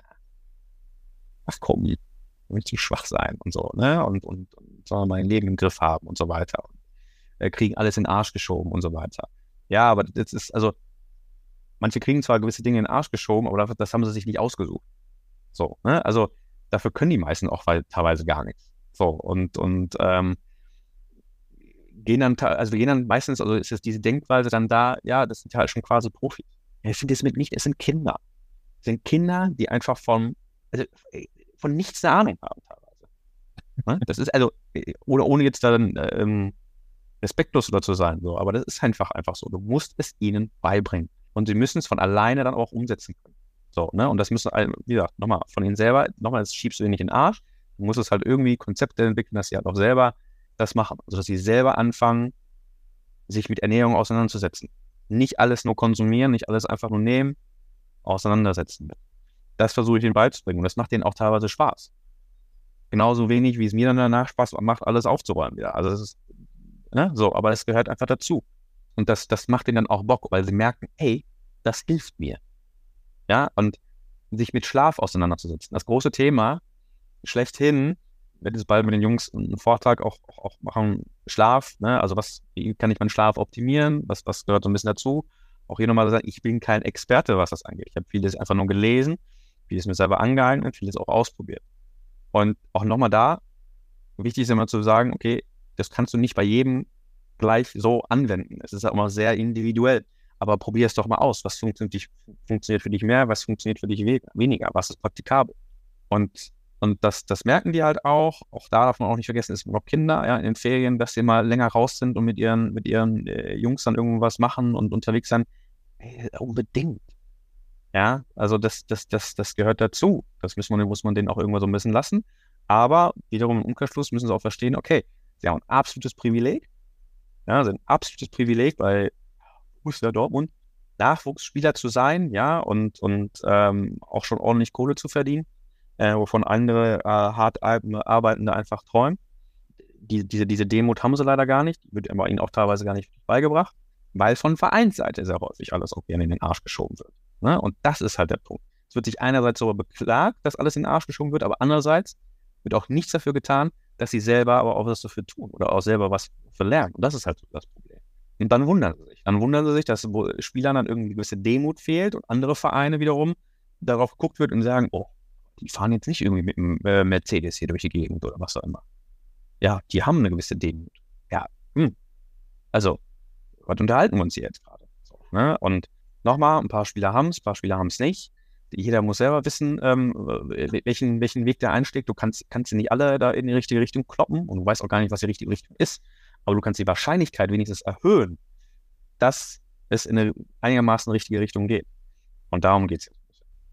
ach komm, ich will nicht zu schwach sein und so, ne? Und, und, und sollen mein Leben im Griff haben und so weiter. Und äh, kriegen alles in den Arsch geschoben und so weiter. Ja, aber das ist, also, manche kriegen zwar gewisse Dinge in den Arsch geschoben, aber das, das haben sie sich nicht ausgesucht. So, ne? Also, dafür können die meisten auch weil, teilweise gar nichts. So, und, und ähm, gehen dann, also wir gehen dann meistens, also ist es diese Denkweise dann da, ja, das sind ja halt schon quasi Profis. Ja, ich finde das mit nicht, es sind Kinder. Es sind Kinder, die einfach von, also von nichts eine Ahnung haben teilweise. Ne? Das ist also, oder ohne jetzt dann ähm, respektlos oder zu sein, so, aber das ist einfach einfach so. Du musst es ihnen beibringen. Und sie müssen es von alleine dann auch umsetzen können. So, ne? Und das müssen, wie gesagt, nochmal von ihnen selber, nochmal, das schiebst du ihnen nicht in den Arsch. Du musst es halt irgendwie Konzepte entwickeln, dass sie halt auch selber das machen. Also, dass sie selber anfangen, sich mit Ernährung auseinanderzusetzen. Nicht alles nur konsumieren, nicht alles einfach nur nehmen, auseinandersetzen. Das versuche ich ihnen beizubringen. Und das macht denen auch teilweise Spaß. Genauso wenig, wie es mir dann danach Spaß macht, alles aufzuräumen wieder. Also, das ist, ne? So, aber es gehört einfach dazu. Und das, das macht denen dann auch Bock, weil sie merken, hey, das hilft mir. Ja, und sich mit Schlaf auseinanderzusetzen. Das große Thema schlechthin, werde jetzt bald mit den Jungs einen Vortrag auch, auch, auch machen, Schlaf, ne? Also was, wie kann ich meinen Schlaf optimieren? Was, was gehört so ein bisschen dazu? Auch hier nochmal sagen, ich bin kein Experte, was das angeht. Ich habe vieles einfach nur gelesen, vieles mir selber angeeignet, vieles auch ausprobiert. Und auch nochmal da, wichtig ist immer zu sagen, okay, das kannst du nicht bei jedem gleich so anwenden. Es ist ja immer sehr individuell. Aber probier es doch mal aus. Was funktioniert, funktioniert für dich mehr, was funktioniert für dich we- weniger, was ist praktikabel? Und, und das, das merken die halt auch. Auch da darf man auch nicht vergessen, es sind noch Kinder, ja, in den Ferien, dass sie mal länger raus sind und mit ihren, mit ihren äh, Jungs dann irgendwas machen und unterwegs sein. Ey, unbedingt. Ja, also das, das, das, das gehört dazu. Das muss man, muss man denen auch irgendwann so ein bisschen lassen. Aber wiederum im Umkehrschluss müssen sie auch verstehen, okay, sie haben ein absolutes Privileg. Ja, sind ein absolutes Privileg bei Borussia Dortmund, Nachwuchsspieler zu sein, ja, und, und ähm, auch schon ordentlich Kohle zu verdienen, äh, wovon andere äh, hart Arbeitende einfach träumen. Die, diese, diese Demut haben sie leider gar nicht, die wird aber ihnen auch teilweise gar nicht beigebracht, weil von Vereinsseite sehr häufig alles auch gerne in den Arsch geschoben wird. Ne? Und das ist halt der Punkt. Es wird sich einerseits darüber beklagt, dass alles in den Arsch geschoben wird, aber andererseits wird auch nichts dafür getan, dass sie selber aber auch was dafür tun oder auch selber was verlernen. Und das ist halt so das Problem. Und dann wundern sie sich. Dann wundern sie sich, dass Spielern dann irgendwie eine gewisse Demut fehlt und andere Vereine wiederum darauf geguckt wird und sagen, oh, die fahren jetzt nicht irgendwie mit dem äh, Mercedes hier durch die Gegend oder was auch immer. Ja, die haben eine gewisse Demut. Ja, hm. Also, was unterhalten wir uns hier jetzt gerade? So, ne? Und nochmal, ein paar Spieler haben es, ein paar Spieler haben es nicht. Jeder muss selber wissen, ähm, welchen, welchen Weg der einschlägt. Du kannst, kannst sie nicht alle da in die richtige Richtung kloppen und du weißt auch gar nicht, was die richtige Richtung ist. Aber du kannst die Wahrscheinlichkeit wenigstens erhöhen, dass es in eine einigermaßen richtige Richtung geht. Und darum geht es jetzt.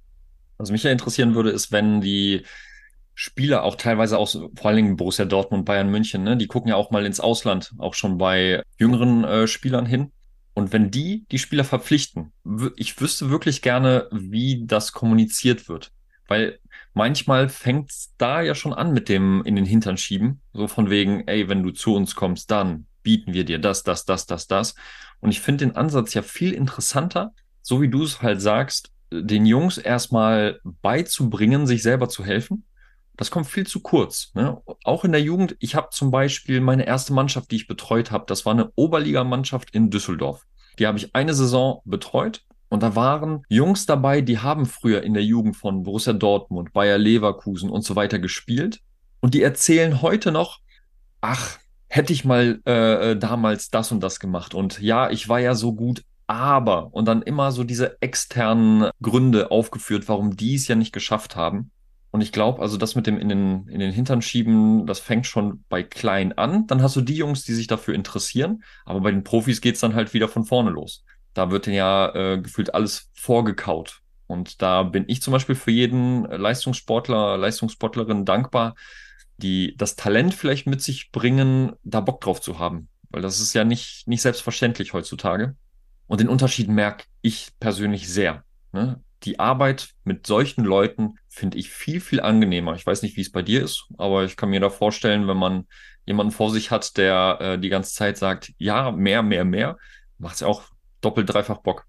Was mich ja interessieren würde, ist, wenn die Spieler auch teilweise aus, vor allen Dingen Borussia Dortmund, Bayern München, ne, die gucken ja auch mal ins Ausland, auch schon bei jüngeren äh, Spielern hin. Und wenn die die Spieler verpflichten, wü- ich wüsste wirklich gerne, wie das kommuniziert wird. Weil manchmal fängt es da ja schon an mit dem in den Hintern schieben. So von wegen, ey, wenn du zu uns kommst, dann bieten wir dir das, das, das, das, das. Und ich finde den Ansatz ja viel interessanter, so wie du es halt sagst, den Jungs erstmal beizubringen, sich selber zu helfen. Das kommt viel zu kurz. Ne? Auch in der Jugend, ich habe zum Beispiel meine erste Mannschaft, die ich betreut habe, das war eine Oberligamannschaft in Düsseldorf. Die habe ich eine Saison betreut und da waren Jungs dabei, die haben früher in der Jugend von Borussia Dortmund, Bayer Leverkusen und so weiter gespielt. Und die erzählen heute noch, ach, hätte ich mal äh, äh, damals das und das gemacht. Und ja, ich war ja so gut, aber. Und dann immer so diese externen Gründe aufgeführt, warum die es ja nicht geschafft haben. Und ich glaube, also das mit dem in den, in den Hintern schieben, das fängt schon bei klein an. Dann hast du die Jungs, die sich dafür interessieren. Aber bei den Profis geht's dann halt wieder von vorne los. Da wird denen ja äh, gefühlt alles vorgekaut. Und da bin ich zum Beispiel für jeden Leistungssportler, Leistungssportlerin dankbar, die das Talent vielleicht mit sich bringen, da Bock drauf zu haben. Weil das ist ja nicht, nicht selbstverständlich heutzutage. Und den Unterschied merke ich persönlich sehr. Ne? Die Arbeit mit solchen Leuten finde ich viel, viel angenehmer. Ich weiß nicht, wie es bei dir ist, aber ich kann mir da vorstellen, wenn man jemanden vor sich hat, der äh, die ganze Zeit sagt, ja, mehr, mehr, mehr, macht es ja auch doppelt, dreifach Bock.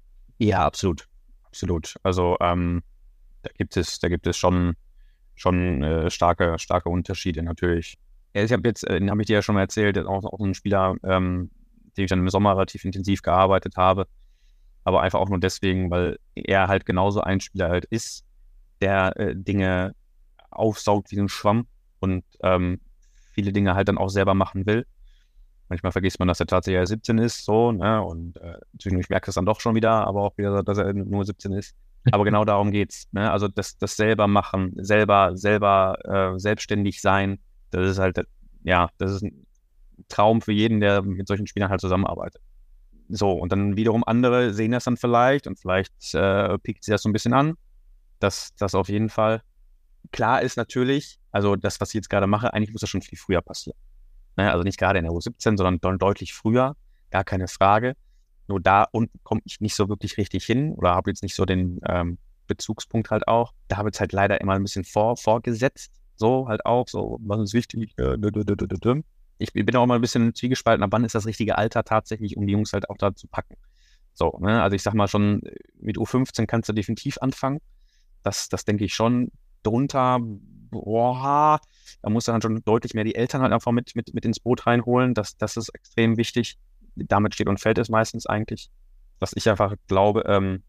Ja, absolut. Absolut. Also ähm, da gibt es, da gibt es schon, schon äh, starke, starke Unterschiede natürlich. Ja, ich habe jetzt, äh, habe ich dir ja schon mal erzählt, auch, auch ein Spieler, ähm, den ich dann im Sommer relativ intensiv gearbeitet habe, aber einfach auch nur deswegen, weil er halt genauso ein Spieler halt ist, der äh, Dinge aufsaugt wie so ein Schwamm und ähm, viele Dinge halt dann auch selber machen will. Manchmal vergisst man, dass er tatsächlich erst siebzehn ist, so, ne? Und äh, zwischendurch merkt es dann doch schon wieder, aber auch wieder, dass er nur siebzehn ist. Aber genau darum geht's, ne? Also das, das selber machen, selber, selber äh, selbstständig sein, das ist halt, ja, das ist ein Traum für jeden, der mit solchen Spielern halt zusammenarbeitet. So, und dann wiederum andere sehen das dann vielleicht und vielleicht äh, piekt sie das so ein bisschen an. Das, das auf jeden Fall. Klar ist natürlich, also das, was ich jetzt gerade mache, eigentlich muss das schon viel früher passieren. Ne? Also nicht gerade in der U siebzehn, sondern de- deutlich früher, gar keine Frage. Nur da unten komme ich nicht so wirklich richtig hin oder habe jetzt nicht so den ähm, Bezugspunkt halt auch. Da wird es halt leider immer ein bisschen vor, vorgesetzt, so halt auch, so, was ist wichtig, äh, dü- dü- dü- dü- dü- dü. Ich bin auch mal ein bisschen zwiegespalten, ab wann ist das richtige Alter tatsächlich, um die Jungs halt auch da zu packen. So, ne? Also ich sag mal schon, mit U fünfzehn kannst du definitiv anfangen. Das, das denke ich schon. Drunter, boah, Da musst du dann schon deutlich mehr die Eltern halt einfach mit, mit, mit ins Boot reinholen. Das, das ist extrem wichtig. Damit steht und fällt es meistens eigentlich. Was ich einfach glaube, ähm,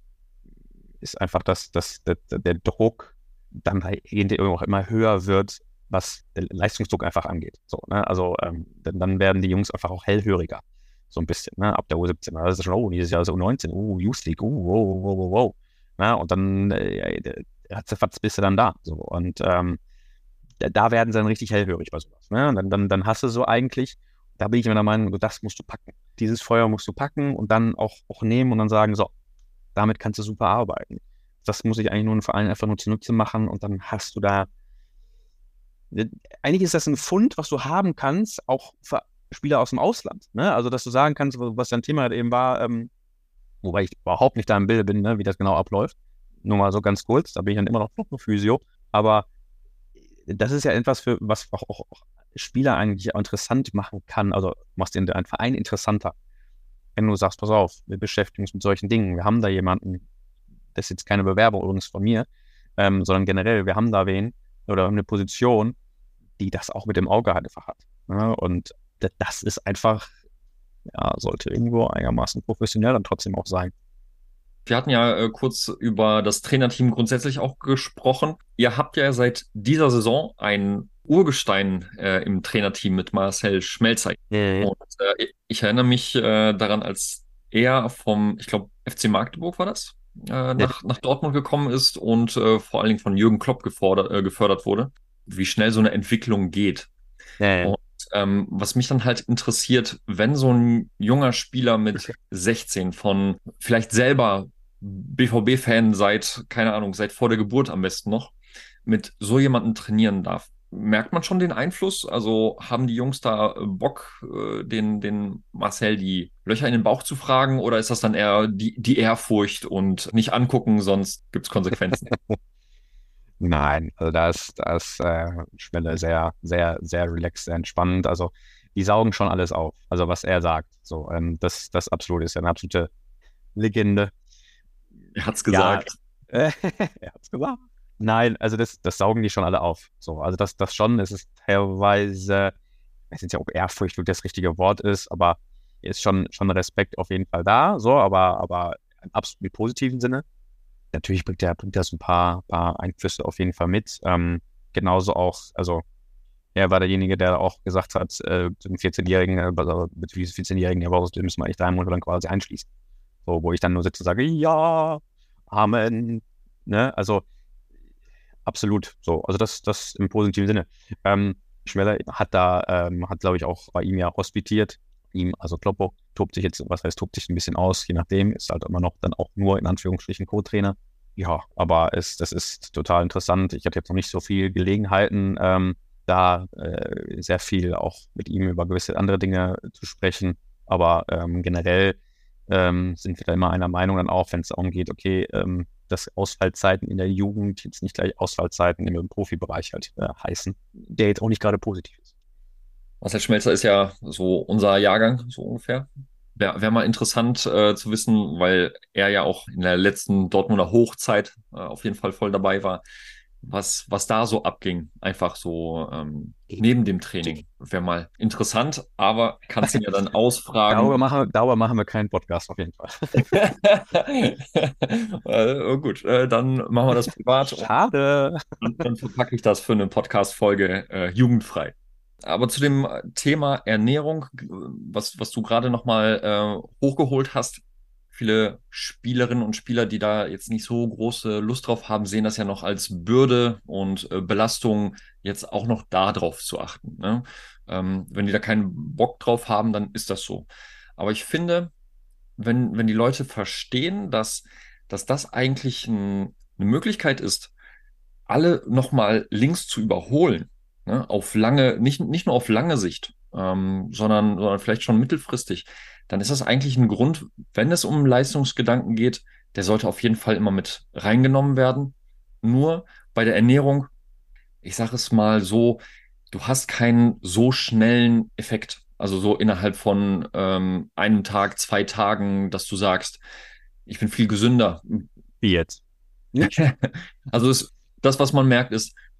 ist einfach, dass, dass der, der Druck dann halt irgendwie auch immer höher wird, was der Leistungsdruck einfach angeht. So, ne? Also ähm, dann, dann werden die Jungs einfach auch hellhöriger. So ein bisschen, ne? Ab der U siebzehn. Das ist schon, oh, dieses Jahr ist U neunzehn, oh, Youth League, oh, wow, wow, wow, wow. Ne? Und dann äh, ratzefatz bist du dann da. So. Und ähm, da, da werden sie dann richtig hellhörig bei sowas. Ne? Und dann, dann, dann hast du so eigentlich, da bin ich immer der Meinung, das musst du packen. Dieses Feuer musst du packen und dann auch, auch nehmen und dann sagen, so, damit kannst du super arbeiten. Das muss ich eigentlich nur einen Verein einfach nur zunutze machen und dann hast du da, eigentlich ist das ein Fund, was du haben kannst, auch für Spieler aus dem Ausland. Ne? Also, dass du sagen kannst, was dein Thema halt eben war, ähm, wobei ich überhaupt nicht da im Bilde bin, ne, wie das genau abläuft. Nur mal so ganz kurz, da bin ich dann immer noch nur Physio. Aber das ist ja etwas, für was auch, auch, auch Spieler eigentlich interessant machen kann. Also machst den einen Verein interessanter. Wenn du sagst, pass auf, wir beschäftigen uns mit solchen Dingen, wir haben da jemanden, das ist jetzt keine Bewerbung übrigens von mir, ähm, sondern generell, wir haben da wen oder eine Position, die das auch mit dem Auge halt einfach hat. Ne? Und das ist einfach, ja, sollte irgendwo einigermaßen professionell dann trotzdem auch sein. Wir hatten ja äh, kurz über das Trainerteam grundsätzlich auch gesprochen. Ihr habt ja seit dieser Saison ein Urgestein äh, im Trainerteam mit Marcel Schmelzer. Mhm. Und äh, ich erinnere mich äh, daran, als er vom, ich glaube, F C Magdeburg war das, äh, nach, nach Dortmund gekommen ist und äh, vor allen Dingen von Jürgen Klopp gefordert, äh, gefördert wurde, wie schnell so eine Entwicklung geht. Ja, Und ähm, was mich dann halt interessiert, wenn so ein junger Spieler mit sechzehn von vielleicht selber B V B-Fan seit, keine Ahnung, seit vor der Geburt am besten noch, mit so jemandem trainieren darf, merkt man schon den Einfluss? Also haben die Jungs da äh, Bock, äh, den, den Marcel die Löcher in den Bauch zu fragen, oder ist das dann eher die, die Ehrfurcht und nicht angucken, sonst gibt's Konsequenzen? nein, also da ist, da ist äh, Schwelle sehr, sehr, sehr relaxed, sehr entspannt. Also die saugen schon alles auf. Also was er sagt. So, ähm, das, das absolut ist ja eine absolute Legende. Er hat's Ja, gesagt. äh, er hat's gesagt. Nein, also das, das saugen die schon alle auf. So, also das, das schon, es ist teilweise, ich weiß nicht, ob Ehrfurcht wirklich das richtige Wort ist, aber ist schon, schon Respekt auf jeden Fall da, so, aber, aber im absolut positiven Sinne. Natürlich bringt er, bringt er so ein paar, paar Einflüsse auf jeden Fall mit. Ähm, genauso auch, also er war derjenige, der auch gesagt hat, äh, dem vierzehnjährigen, äh, also mit diesem vierzehnjährigen, der war den müssen wir eigentlich drei Monate lang quasi einschließen. So, wo ich dann nur sitze und sage, ja, Amen. Ne? Also absolut so. Also das, das im positiven Sinne. Ähm, Schmeller hat da, ähm, hat glaube ich auch bei ihm ja hospitiert. Ihm, also Kloppo, tobt sich jetzt, was heißt, tobt sich ein bisschen aus, je nachdem, ist halt immer noch dann auch nur in Anführungsstrichen Co-Trainer. Ja, aber es, das ist total interessant. Ich hatte jetzt noch nicht so viel Gelegenheiten, ähm, da äh, sehr viel auch mit ihm über gewisse andere Dinge zu sprechen. Aber ähm, generell ähm, sind wir da immer einer Meinung dann auch, wenn es darum geht, okay, ähm, dass Ausfallzeiten in der Jugend jetzt nicht gleich Ausfallzeiten im Profibereich halt äh, heißen, der jetzt auch nicht gerade positiv ist. Marcel Schmelzer ist ja so unser Jahrgang, so ungefähr. Wäre wär mal interessant äh, zu wissen, weil er ja auch in der letzten Dortmunder Hochzeit äh, auf jeden Fall voll dabei war, was, was da so abging. Einfach so ähm, neben dem Training. Wäre mal interessant, aber kannst ihn ja dann Darüber ausfragen. machen, darüber machen wir keinen Podcast auf jeden Fall. äh, gut, äh, dann machen wir das privat Schade. und dann verpacke ich das für eine Podcast-Folge äh, jugendfrei. Aber zu dem Thema Ernährung, was, was du gerade nochmal äh, hochgeholt hast, viele Spielerinnen und Spieler, die da jetzt nicht so große Lust drauf haben, sehen das ja noch als Bürde und äh, Belastung, jetzt auch noch da drauf zu achten. Ne? Ähm, wenn die da keinen Bock drauf haben, dann ist das so. Aber ich finde, wenn, wenn die Leute verstehen, dass, dass das eigentlich ein, eine Möglichkeit ist, alle nochmal links zu überholen, ne, auf lange, nicht, nicht nur auf lange Sicht, ähm, sondern, sondern vielleicht schon mittelfristig, dann ist das eigentlich ein Grund, wenn es um Leistungsgedanken geht, der sollte auf jeden Fall immer mit reingenommen werden. Nur bei der Ernährung, ich sage es mal so, du hast keinen so schnellen Effekt. Also so innerhalb von ähm, einem Tag, zwei Tagen, dass du sagst, ich bin viel gesünder. Wie jetzt? Also es, das, was man merkt, ist,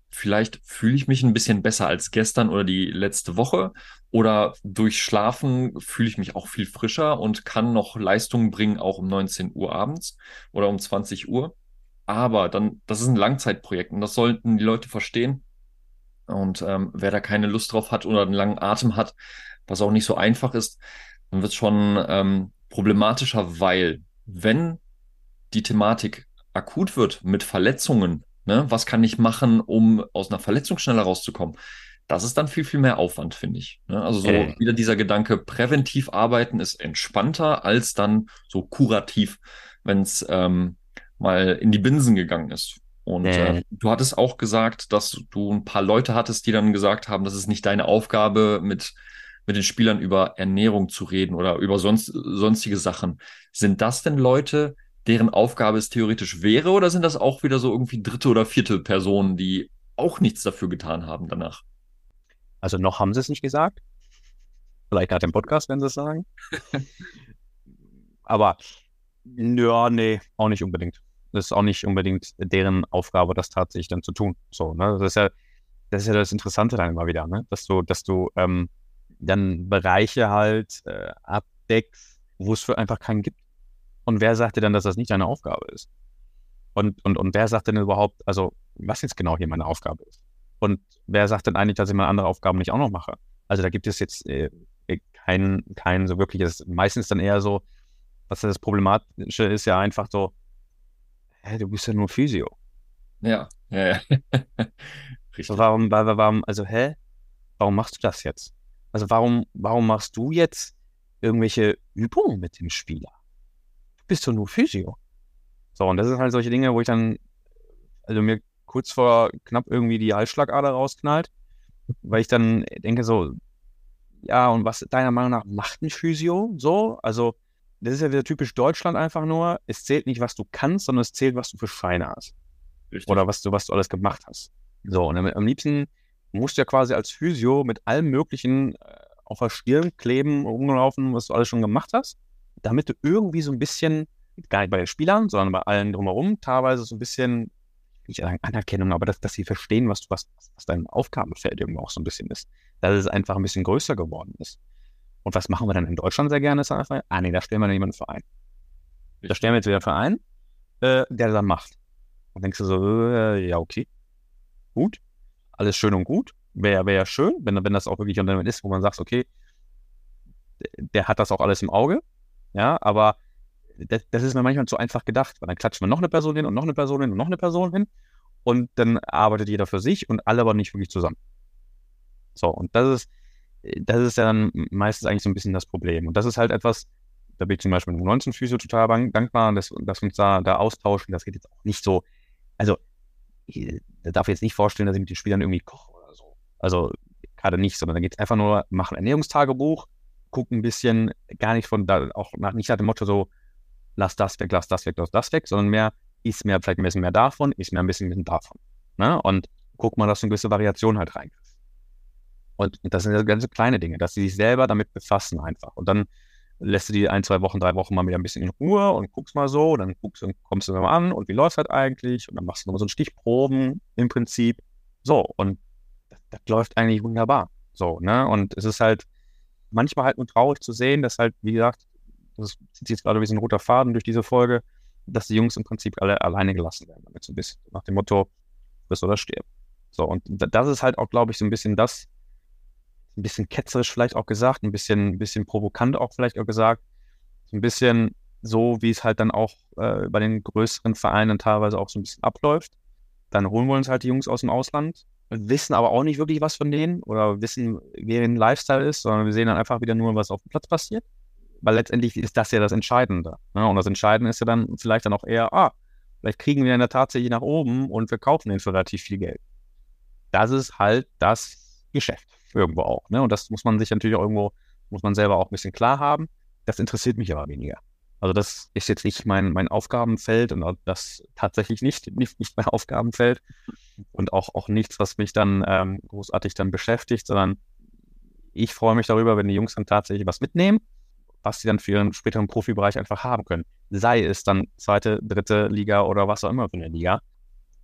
vielleicht fühle ich mich ein bisschen besser als gestern oder die letzte Woche oder durch Schlafen fühle ich mich auch viel frischer und kann noch Leistungen bringen, auch um neunzehn Uhr abends oder um zwanzig Uhr. Aber dann, das ist ein Langzeitprojekt und das sollten die Leute verstehen. Und ähm, wer da keine Lust drauf hat oder einen langen Atem hat, was auch nicht so einfach ist, dann wird es schon ähm, problematischer, weil wenn die Thematik akut wird mit Verletzungen, ne, was kann ich machen, um aus einer Verletzung schneller rauszukommen? Das ist dann viel, viel mehr Aufwand, finde ich. Ne? Also so Äh, wieder dieser Gedanke, präventiv arbeiten ist entspannter als dann so kurativ, wenn es ähm, mal in die Binsen gegangen ist. Und äh, äh, du hattest auch gesagt, dass du ein paar Leute hattest, die dann gesagt haben, das ist nicht deine Aufgabe, mit, mit den Spielern über Ernährung zu reden oder über sonst, sonstige Sachen. Sind das denn Leute, deren Aufgabe es theoretisch wäre, oder sind das auch wieder so irgendwie dritte oder vierte Personen, die auch nichts dafür getan haben danach? also noch haben sie es nicht gesagt. Vielleicht gerade im Podcast, wenn sie es sagen. Aber ja, nee, auch nicht unbedingt. Das ist auch nicht unbedingt deren Aufgabe, das tatsächlich dann zu tun. So, ne? Das ist ja, das ist ja das Interessante dann immer wieder, ne? Dass du, dass du ähm, dann Bereiche halt äh, abdeckst, wo es für einfach keinen gibt. Und wer sagt dir dann, dass das nicht deine Aufgabe ist? Und, und, und wer sagt denn überhaupt, also was jetzt genau hier meine Aufgabe ist? Und wer sagt denn eigentlich, dass ich meine andere Aufgaben nicht auch noch mache? Also da gibt es jetzt äh, kein, kein so wirkliches, meistens dann eher so, was das Problematische ist ja einfach so, hä, du bist ja nur Physio. Ja, ja, ja. So, Richtig. warum, wa- wa- warum, also hä, warum machst du das jetzt? Also warum, warum machst du jetzt irgendwelche Übungen mit dem Spieler? Du bist doch nur Physio. So, und das sind halt solche Dinge, wo ich dann, also mir kurz vor knapp irgendwie die Halsschlagader rausknallt, weil ich dann denke so, ja, und was deiner Meinung nach macht ein Physio so? Also, das ist ja wieder typisch Deutschland einfach nur. Es zählt nicht, was du kannst, sondern es zählt, was du für Scheine hast. Oder Richtig. was du, was du alles gemacht hast. So, und am, am liebsten musst du ja quasi als Physio mit allem Möglichen äh, auf der Stirn kleben, rumlaufen, was du alles schon gemacht hast, damit du irgendwie so ein bisschen, gar nicht bei den Spielern, sondern bei allen drumherum, teilweise so ein bisschen, nicht sagen Anerkennung, aber dass, dass sie verstehen, was du, was, was dein Aufgabenfeld irgendwo auch so ein bisschen ist. Dass es einfach ein bisschen größer geworden ist. Und was machen wir dann in Deutschland sehr gerne? Ist einfach, ah nee, da stellen wir dann jemanden für ein. Da Richtig. stellen wir jetzt wieder einen Verein, äh, der dann macht. Und denkst du so, äh, ja, okay, gut, alles schön und gut. Wäre wär ja schön, wenn, wenn das auch wirklich jemand ist, wo man sagt, okay, der hat das auch alles im Auge. Ja, aber das, das ist mir manchmal zu einfach gedacht, weil dann klatschen wir noch eine Person hin und noch eine Person hin und noch eine Person hin und dann arbeitet jeder für sich und alle aber nicht wirklich zusammen. So, und das ist, das ist ja dann meistens eigentlich so ein bisschen das Problem. Und das ist halt etwas, da bin ich zum Beispiel dem U neunzehn-Physio total bank- dankbar, dass, dass wir uns da, da austauschen. Das geht jetzt auch nicht so, also ich darf jetzt nicht vorstellen, dass ich mit den Spielern irgendwie koche oder so. Also gerade nicht, sondern da geht es einfach nur, machen Ernährungstagebuch, gucken ein bisschen, gar nicht von da, auch nach, nicht nach dem Motto so, lass das weg, lass das weg, lass das weg, sondern mehr, isst mehr, vielleicht ein bisschen mehr davon, isst mehr ein bisschen, ein bisschen davon. Ne? Und guck mal, dass du eine gewisse Variation halt reinkriegst. Und das sind ja ganz kleine Dinge, dass sie sich selber damit befassen einfach. Und dann lässt du die ein, zwei Wochen, drei Wochen mal wieder ein bisschen in Ruhe und guckst mal so, dann guckst und kommst du mal an und wie läuft halt eigentlich? Und dann machst du nochmal so ein Stichproben im Prinzip. So, und das, das läuft eigentlich wunderbar. So, ne? Und es ist halt manchmal halt nur traurig zu sehen, dass halt, wie gesagt, das zieht jetzt gerade wie so ein roter Faden durch diese Folge, dass die Jungs im Prinzip alle alleine gelassen werden, damit so ein bisschen nach dem Motto, friss oder stirb. So, und das ist halt auch, glaube ich, so ein bisschen das, ein bisschen ketzerisch vielleicht auch gesagt, ein bisschen, ein bisschen provokant auch vielleicht auch gesagt, so ein bisschen so, wie es halt dann auch äh, bei den größeren Vereinen teilweise auch so ein bisschen abläuft. Dann holen wir uns halt die Jungs aus dem Ausland, wissen aber auch nicht wirklich was von denen oder wissen, wie deren Lifestyle ist, sondern wir sehen dann einfach wieder nur, was auf dem Platz passiert. Weil letztendlich ist das ja das Entscheidende. Ne? Und das Entscheidende ist ja dann vielleicht dann auch eher, ah, vielleicht kriegen wir ihn ja tatsächlich nach oben und wir kaufen ihn für relativ viel Geld. Das ist halt das Geschäft irgendwo auch. Ne? Und das muss man sich natürlich auch irgendwo, muss man selber auch ein bisschen klar haben. Das interessiert mich aber weniger. Also das ist jetzt nicht mein, mein Aufgabenfeld und das tatsächlich nicht, nicht, nicht mein Aufgabenfeld und auch, auch nichts, was mich dann ähm, großartig dann beschäftigt, sondern ich freue mich darüber, wenn die Jungs dann tatsächlich was mitnehmen, was sie dann für ihren späteren Profibereich einfach haben können. Sei es dann zweite, dritte Liga oder was auch immer für eine Liga.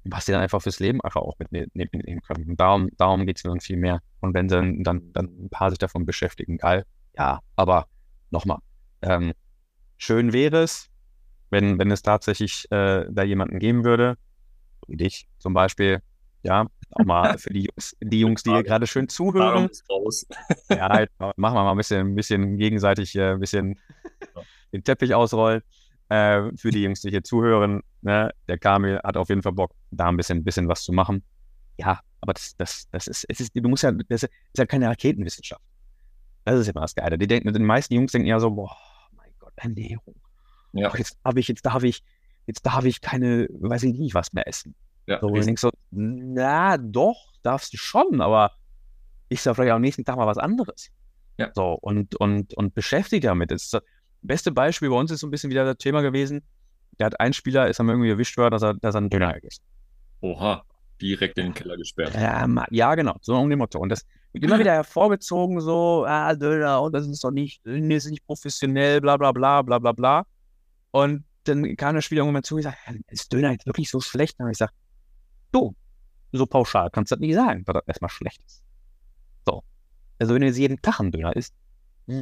was die dann einfach fürs Leben einfach auch mitne- mitnehmen können. Und darum, darum geht es mir dann viel mehr. Und wenn dann, dann, dann ein paar sich davon beschäftigen, geil. Ja, aber nochmal, ähm, schön wäre es, wenn, wenn es tatsächlich äh, da jemanden geben würde, wie dich zum Beispiel, ja, auch mal für die Jungs, die Jungs, die hier gerade schön zuhören. ist raus. Ja, halt, machen wir mal ein bisschen, ein bisschen gegenseitig äh, ein bisschen Ja. den Teppich ausrollen. Äh, für die Jungs, die hier zuhören, ne, der Kamil hat auf jeden Fall Bock, da ein bisschen, bisschen was zu machen. Ja, aber das, das, das ist, es ist, du musst ja, das ist ja keine Raketenwissenschaft. Das ist immer das Geile. Die denken, die meisten Jungs denken ja so, boah, mein Gott, Ernährung. Ja, Boah, jetzt darf ich, jetzt darf ich, jetzt darf ich keine, weiß ich nicht, was mehr essen. ja, So, und ich riesen. denk so, na, doch, darfst du schon, aber ich sag vielleicht am nächsten Tag mal was anderes. Ja. So, und, und, und beschäftigt damit. Das, ist das beste Beispiel bei uns ist so ein bisschen wieder das Thema gewesen. Der hat ein Spieler, ist dann irgendwie erwischt worden, dass er, dass er einen Döner gegessen Oha, direkt in den Keller gesperrt. hat. Ähm, ja, genau, so um dem Motto. Und das wird immer wieder hervorgezogen, so, ah, Döner, und das ist doch nicht, das ist nicht professionell, bla, bla, bla, bla, bla, bla. Und dann kam der Spieler irgendwann zu und gesagt, ist Döner jetzt wirklich so schlecht? Und ich sage, du, so pauschal kannst du das nicht sagen, dass das erstmal schlecht ist. So. Also wenn du jetzt jeden Tag einen Döner isst, hm.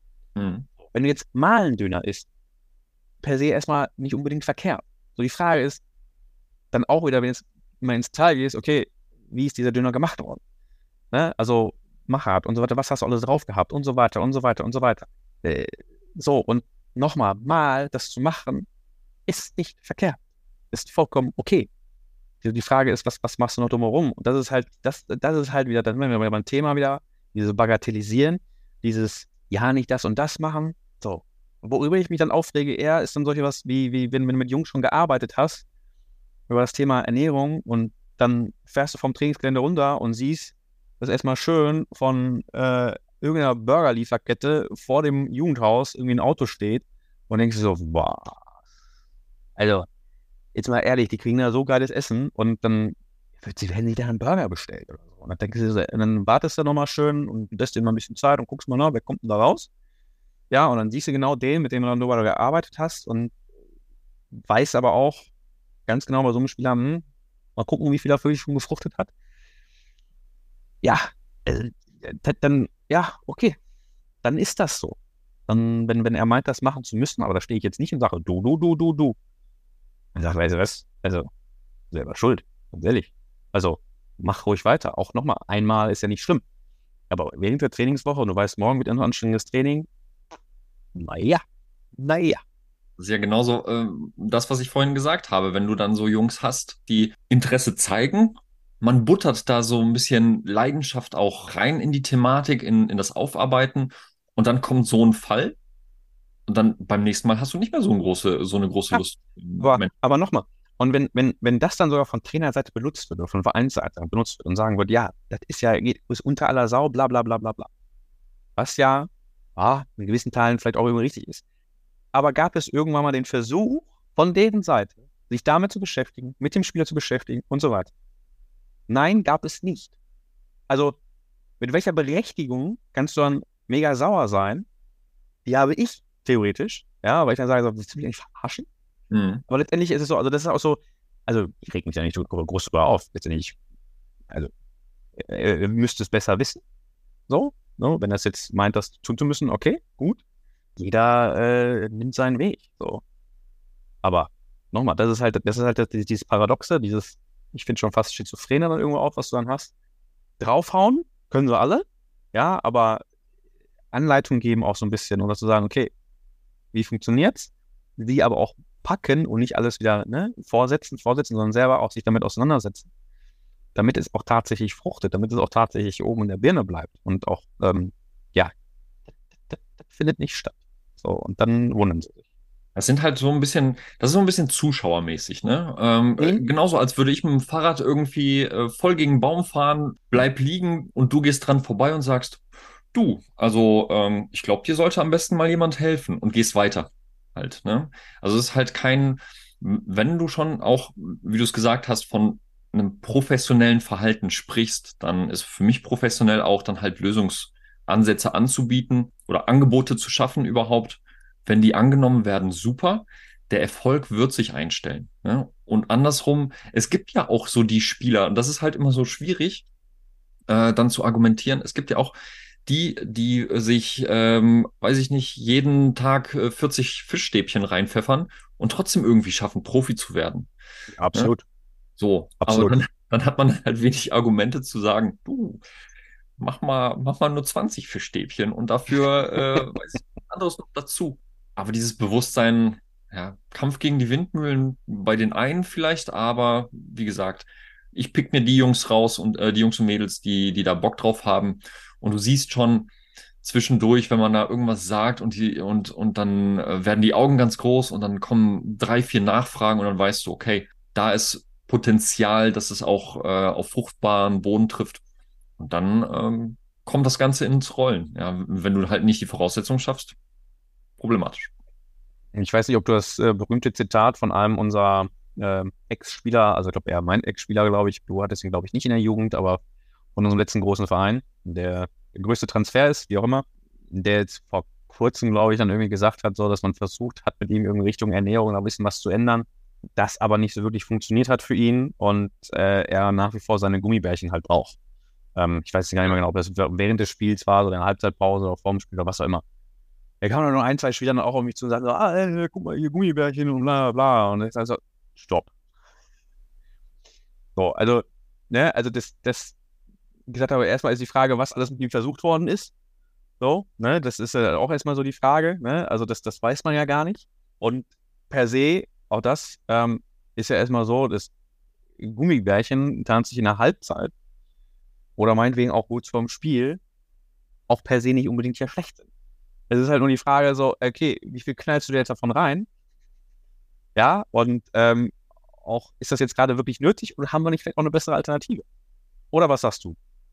Mhm. wenn du jetzt mal einen Döner isst, per se erstmal nicht unbedingt verkehrt. So die Frage ist dann auch wieder, wenn jetzt mal ins Detail gehst, okay, wie ist dieser Döner gemacht worden? Ne? Also Machart und so weiter, was hast du alles drauf gehabt und so weiter und so weiter und so weiter. Äh, so, und nochmal, mal das zu machen, ist nicht verkehrt. Ist vollkommen okay. Die, die Frage ist, was, was machst du noch drumherum? Und das ist halt, das, das ist halt wieder, dann sind wir beim Thema wieder, dieses Bagatellisieren, dieses, ja, nicht das und das machen. So. Worüber ich mich dann aufrege eher, ist dann solche was wie, wie wenn, wenn du mit Jungs schon gearbeitet hast, über das Thema Ernährung und dann fährst du vom Trainingsgelände runter und siehst, dass erstmal schön von äh, irgendeiner Burgerlieferkette vor dem Jugendhaus irgendwie ein Auto steht und denkst du so, wow. Also, jetzt mal ehrlich, die kriegen da so geiles Essen und dann wird sie, werden sich da einen Burger bestellt oder so. Und dann denkst du so, und dann wartest du nochmal schön und lässt dir mal ein bisschen Zeit und guckst mal nach, wer kommt denn da raus? Ja, und dann siehst du genau den, mit dem du dann darüber gearbeitet hast und weißt aber auch ganz genau bei so einem Spieler, hm, mal gucken, wie viel er für dich schon gefruchtet hat. Ja, äh, dann, ja, okay, dann ist das so. Dann, wenn, wenn er meint, das machen zu müssen, aber da stehe ich jetzt nicht und sage, du, du, du, du, du. Dann sagt, weißt du was, also, selber schuld, ganz ehrlich. Also, mach ruhig weiter. Auch nochmal, einmal ist ja nicht schlimm. Aber während der Trainingswoche und du weißt, morgen wird ein anstrengendes Training, naja, naja. Das ist ja genauso ähm, das, was ich vorhin gesagt habe. Wenn du dann so Jungs hast, die Interesse zeigen, man buttert da so ein bisschen Leidenschaft auch rein in die Thematik, in, in das Aufarbeiten und dann kommt so ein Fall und dann beim nächsten Mal hast du nicht mehr so eine große, so eine große Ja, Lust. aber, Mensch, aber nochmal, und wenn, wenn, wenn das dann sogar von Trainerseite benutzt wird oder von Vereinsseite benutzt wird und sagen wird, ja, das ist ja, geht, ist unter aller Sau, bla bla bla bla bla. Was ja, ah, in gewissen Teilen vielleicht auch immer richtig ist. Aber gab es irgendwann mal den Versuch von deren Seite, sich damit zu beschäftigen, mit dem Spieler zu beschäftigen und so weiter? Nein, gab es nicht. Also, mit welcher Berechtigung kannst du dann mega sauer sein? Die habe ich theoretisch, ja, weil ich dann sage, so, willst du mich eigentlich verarschen? hm. Aber letztendlich ist es so, also das ist auch so, also ich reg mich ja nicht so groß drüber auf, letztendlich, also äh, ihr müsst es besser wissen, so, ne? Wenn das jetzt meint, das tun zu müssen, okay, gut, jeder äh, nimmt seinen Weg, so. Aber nochmal, das ist halt, das ist halt das, dieses Paradoxe, dieses, ich finde schon fast Schizophrene dann irgendwo auch, was du dann hast. Draufhauen können sie alle, ja, aber Anleitung geben auch so ein bisschen, um das zu sagen, okay, wie funktioniert's? Die aber auch packen und nicht alles wieder ne, vorsetzen, vorsetzen, sondern selber auch sich damit auseinandersetzen. Damit es auch tatsächlich fruchtet, damit es auch tatsächlich oben in der Birne bleibt. Und auch, ähm, ja, das, das, das findet nicht statt. So, und dann wundern sie sich. Das sind halt so ein bisschen, das ist so ein bisschen zuschauermäßig, ne? Ähm, äh, Mhm. genauso als würde ich mit dem Fahrrad irgendwie äh, voll gegen einen Baum fahren, bleib liegen und du gehst dran vorbei und sagst, du, also ähm, ich glaube, dir sollte am besten mal jemand helfen und gehst weiter halt, ne? Also es ist halt kein, wenn du schon auch, wie du es gesagt hast, von einem professionellen Verhalten sprichst, dann ist für mich professionell auch dann halt Lösungsansätze anzubieten oder Angebote zu schaffen überhaupt. Wenn die angenommen werden, super. der Erfolg wird sich einstellen. Ne? Und andersrum, es gibt ja auch so die Spieler, und das ist halt immer so schwierig, äh, dann zu argumentieren. Es gibt ja auch die, die sich, ähm, weiß ich nicht, jeden Tag äh, vierzig Fischstäbchen reinpfeffern und trotzdem irgendwie schaffen, Profi zu werden. Ne? Absolut, So, aber absolut. dann, dann hat man halt wenig Argumente zu sagen, du, mach mal, mach mal nur zwanzig Fischstäbchen und dafür, äh, weiß ich, was anderes noch dazu. Aber dieses Bewusstsein, ja, Kampf gegen die Windmühlen bei den einen vielleicht, aber wie gesagt, ich pick mir die Jungs raus und äh, die Jungs und Mädels, die, die da Bock drauf haben. Und du siehst schon zwischendurch, wenn man da irgendwas sagt und die, und, und dann äh, werden die Augen ganz groß und dann kommen drei, vier Nachfragen und dann weißt du, okay, da ist Potenzial, dass es auch äh, auf fruchtbaren Boden trifft. Und dann ähm, kommt das Ganze ins Rollen. Ja, wenn du halt nicht die Voraussetzungen schaffst, problematisch. Ich weiß nicht, ob du das äh, berühmte Zitat von einem unserer äh, Ex-Spieler, also ich glaube, er mein Ex-Spieler, glaube ich, du hattest ihn, glaube ich, nicht in der Jugend, aber von unserem letzten großen Verein, der der größte Transfer ist, wie auch immer, der jetzt vor kurzem, glaube ich, dann irgendwie gesagt hat, so, dass man versucht hat, mit ihm irgendwie Richtung Ernährung ein bisschen was zu ändern, das aber nicht so wirklich funktioniert hat für ihn und äh, er nach wie vor seine Gummibärchen halt braucht. Ähm, ich weiß gar nicht mehr genau, ob das während des Spiels war, oder in der Halbzeitpause oder vor dem Spiel oder was auch immer. Er kam dann nur ein, zwei Spieler dann auch auf mich zu und sagte so, ah, ey, guck mal, hier Gummibärchen und bla bla bla. Und ich sage so, stopp. So, also, ne, also das, das, wie gesagt, aber erstmal ist die Frage, was alles mit ihm versucht worden ist. So, ne, das ist ja auch erstmal so die Frage, ne, also das, das weiß man ja gar nicht. Und per se, auch das ähm, ist ja erstmal so, dass Gummibärchen sich in der Halbzeit oder meinetwegen auch kurz vorm Spiel auch per se nicht unbedingt ja schlecht sind. Es ist halt nur die Frage so, okay, wie viel knallst du dir jetzt davon rein? Ja, und ähm, auch, ist das jetzt gerade wirklich nötig oder haben wir nicht vielleicht auch eine bessere Alternative? Oder was sagst du?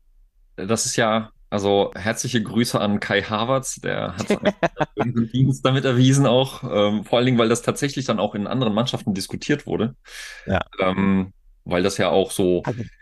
Das ist ja, also herzliche Grüße an Kai Havertz, der hat einen guten Dienst damit erwiesen auch, ähm, vor allen Dingen, weil das tatsächlich dann auch in anderen Mannschaften diskutiert wurde, Ja. ähm, weil das ja auch so,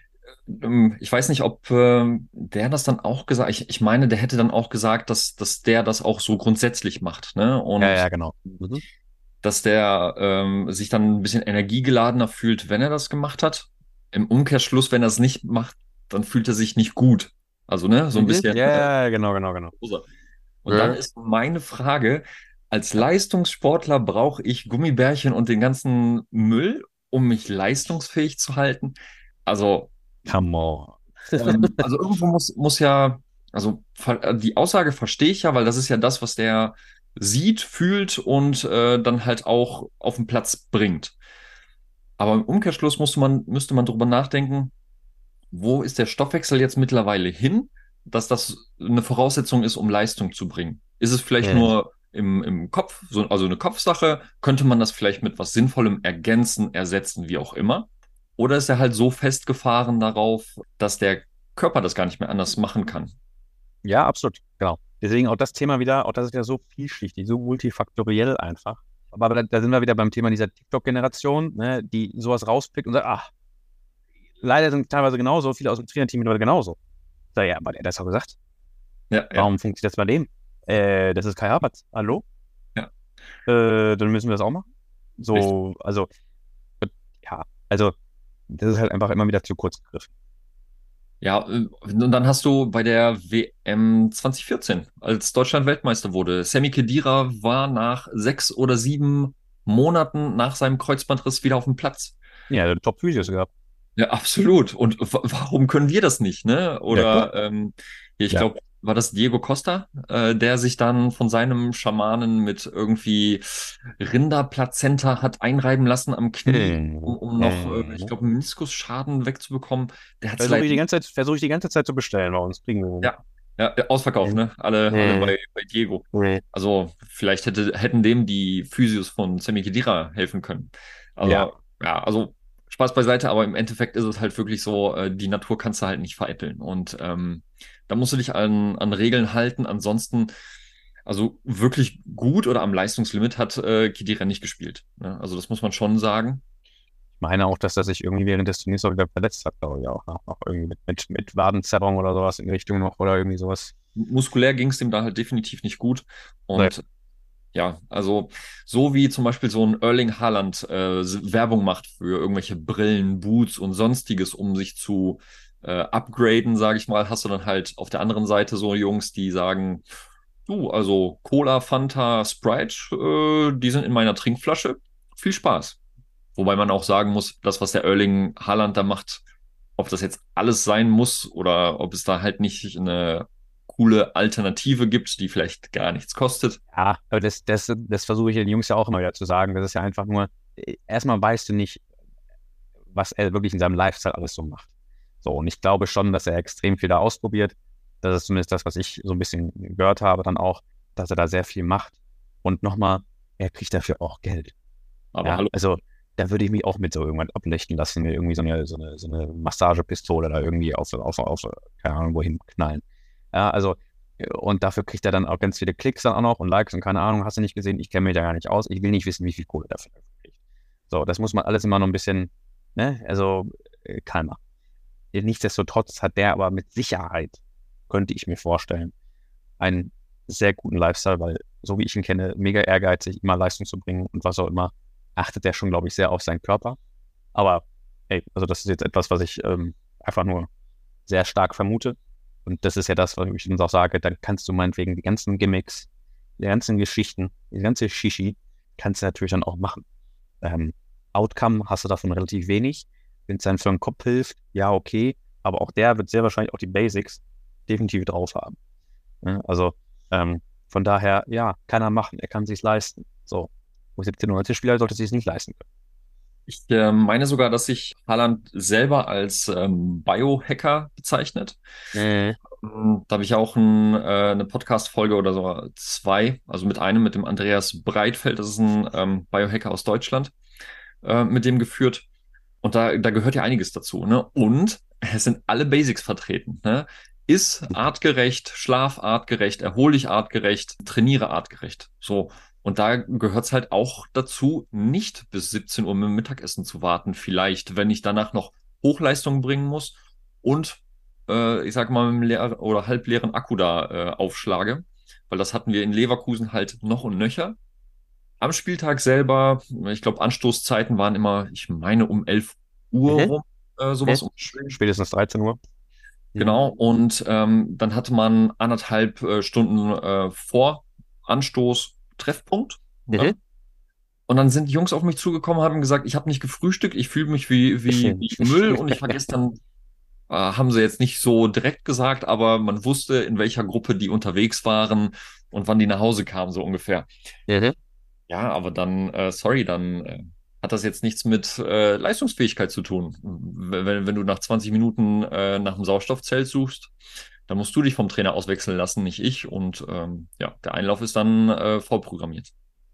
ähm, ich weiß nicht, ob ähm, der das dann auch gesagt, ich, ich meine, der hätte dann auch gesagt, dass, dass der das auch so grundsätzlich macht, ne? Ja, Und ja, genau. Mhm. dass der ähm, sich dann ein bisschen energiegeladener fühlt, wenn er das gemacht hat. Im Umkehrschluss, wenn er es nicht macht, dann fühlt er sich nicht gut. Also, ne, so ein Mhm. bisschen Ja, äh, ja, genau, genau, genau. rosa. Und dann Ja. ist meine Frage, als Leistungssportler brauche ich Gummibärchen und den ganzen Müll, um mich leistungsfähig zu halten? Also, Come on. ähm, also irgendwo muss, muss ja, also ver- die Aussage verstehe ich ja, weil das ist ja das, was der sieht, fühlt und äh, dann halt auch auf den Platz bringt. Aber im Umkehrschluss musste man, müsste man darüber nachdenken, wo ist der Stoffwechsel jetzt mittlerweile hin, dass das eine Voraussetzung ist, um Leistung zu bringen? Ist es vielleicht Mhm. nur im, im Kopf, so, also eine Kopfsache? Könnte man das vielleicht mit was Sinnvollem ergänzen, ersetzen, wie auch immer? Oder ist er halt so festgefahren darauf, dass der Körper das gar nicht mehr anders machen kann? Ja, absolut, genau. Deswegen auch das Thema wieder, auch das ist ja so vielschichtig, so multifaktoriell einfach. Aber da, da sind wir wieder beim Thema dieser TikTok-Generation, ne, die sowas rauspickt und sagt, ach, leider sind teilweise genauso, viele aus dem Trainerteam mittlerweile genauso. Sag, ja, aber der hat das doch gesagt. Ja, ja, Warum funktioniert das bei dem? Äh, das ist Kai Havertz. Hallo? ja, Äh, dann müssen wir das auch machen. richtig. So, also, ja, also, das ist halt einfach immer wieder zu kurz gegriffen. Ja, äh, und dann hast du bei der W M zwanzig vierzehn, als Deutschland Weltmeister wurde, Sammy Khedira war nach sechs oder sieben Monaten nach seinem Kreuzbandriss wieder auf dem Platz. Ja, also Top-Physios gehabt. Ja, absolut. Und w- warum können wir das nicht, ne? Ja, klar. Oder ähm, hier, ich Ja. glaube, war das Diego Costa, äh, der sich dann von seinem Schamanen mit irgendwie Rinderplazenta hat einreiben lassen am Knie, um, Mhm. um noch, äh, ich Mhm. glaube, Meniskusschaden wegzubekommen. Der hat es Versuche ich leider die ganze Zeit, versuche ich die ganze Zeit zu bestellen bei uns. Kriegen wir nicht. ja, ja, ausverkauft, Mhm. ne? Alle, alle Mhm. bei, bei Diego. Mhm. Also vielleicht hätte, hätten dem die Physios von Sammy Khedira helfen können. Ja. Also, ja, also Spaß beiseite, aber im Endeffekt ist es halt wirklich so, äh, die Natur kannst du halt nicht vereiteln. Und ähm, da musst du dich an, an Regeln halten. Ansonsten, also wirklich gut oder am Leistungslimit hat äh, Khedira nicht gespielt. Ne? Also das muss man schon sagen. Ich meine auch, dass er sich irgendwie während des Turniers auch wieder verletzt hat, glaube ich auch. Noch, noch irgendwie mit, mit, mit Wadenzerrung oder sowas in die Richtung noch oder irgendwie sowas. Muskulär ging es dem da halt definitiv nicht gut. Nee. Und Ja, also so wie zum Beispiel so ein Erling Haaland äh, s- Werbung macht für irgendwelche Brillen, Boots und sonstiges, um sich zu äh, upgraden, sage ich mal, hast du dann halt auf der anderen Seite so Jungs, die sagen, du, also Cola, Fanta, Sprite, äh, die sind in meiner Trinkflasche. Viel Spaß. Wobei man auch sagen muss, das, was der Erling Haaland da macht, ob das jetzt alles sein muss oder ob es da halt nicht eine coole Alternative gibt, die vielleicht gar nichts kostet. Ja, aber das, das, das versuche ich den Jungs ja auch immer wieder zu sagen. Das ist ja einfach nur, äh, erstmal weißt du nicht, was er wirklich in seinem Lifestyle alles so macht. So, und ich glaube schon, dass er extrem viel da ausprobiert. Das ist zumindest das, was ich so ein bisschen gehört habe, dann auch, dass er da sehr viel macht. Und nochmal, er kriegt dafür auch Geld. Aber Ja, hallo. also da würde ich mich auch mit so irgendwann ablichten lassen, mir irgendwie so eine, so eine, so eine Massagepistole da irgendwie auf, auf, auf, keine Ahnung, wohin knallen. Ja, also, äh, und dafür kriegt er dann auch ganz viele Klicks dann auch noch und Likes und keine Ahnung, hast du nicht gesehen, ich kenne mich da gar nicht aus, ich will nicht wissen, wie viel Kohle dafür kriegt. So, das muss man alles immer noch ein bisschen, ne, also äh, kalmer. Nichtsdestotrotz hat der aber mit Sicherheit, könnte ich mir vorstellen, einen sehr guten Lifestyle, weil so wie ich ihn kenne, mega ehrgeizig, immer Leistung zu bringen und was auch immer, achtet er schon, glaube ich, sehr auf seinen Körper. Aber ey, also das ist jetzt etwas, was ich ähm, einfach nur sehr stark vermute. Und das ist ja das, was ich uns auch sage, dann kannst du meinetwegen die ganzen Gimmicks, die ganzen Geschichten, die ganze Shishi, kannst du natürlich dann auch machen. Ähm, Outcome hast du davon relativ wenig. Wenn es dann für den Kopf hilft, ja, okay. Aber auch der wird sehr wahrscheinlich auch die Basics definitiv drauf haben. Ne? Also ähm, von daher, ja, kann er machen. Er kann sich's leisten. So. U siebzehn U neunzehn-Spieler sollte sich es nicht leisten Ich äh, meine sogar, dass sich Haaland selber als ähm, Biohacker bezeichnet. können. Ähm, Da habe ich auch ein, äh, eine Podcast-Folge oder so zwei, also mit einem, mit dem Andreas Breitfeld, das ist ein ähm, Biohacker aus Deutschland, äh, mit dem geführt. Und da, da gehört ja einiges dazu, ne? Und es sind alle Basics vertreten, ne? Iss artgerecht, schlaf artgerecht, erhol dich artgerecht, trainiere artgerecht. So. Und da gehört es halt auch dazu, nicht bis siebzehn Uhr mit dem Mittagessen zu warten. Vielleicht, wenn ich danach noch Hochleistung bringen muss und äh, ich sag mal, mit einem leer oder halbleeren Akku da äh, aufschlage. Weil das hatten wir in Leverkusen halt noch und nöcher. Am Spieltag selber, ich glaube, Anstoßzeiten waren immer, ich meine, um elf Uhr Mhm. rum, äh, Mhm. sowas um. Spätestens dreizehn Uhr. Mhm. Genau, und ähm, dann hatte man anderthalb äh, Stunden äh, vor Anstoß Treffpunkt. Mhm. Ne? Und dann sind die Jungs auf mich zugekommen, haben gesagt, ich habe nicht gefrühstückt, ich fühle mich wie, wie, wie Müll und ich war gestern, äh, haben sie jetzt nicht so direkt gesagt, aber man wusste, in welcher Gruppe die unterwegs waren und wann die nach Hause kamen, so ungefähr. Mhm. Ja, aber dann, äh, sorry, dann äh, hat das jetzt nichts mit äh, Leistungsfähigkeit zu tun. Wenn, wenn wenn du nach zwanzig Minuten äh, nach einem Sauerstoffzelt suchst, dann musst du dich vom Trainer auswechseln lassen, nicht ich. Und ähm, ja, der Einlauf ist dann äh, vorprogrammiert.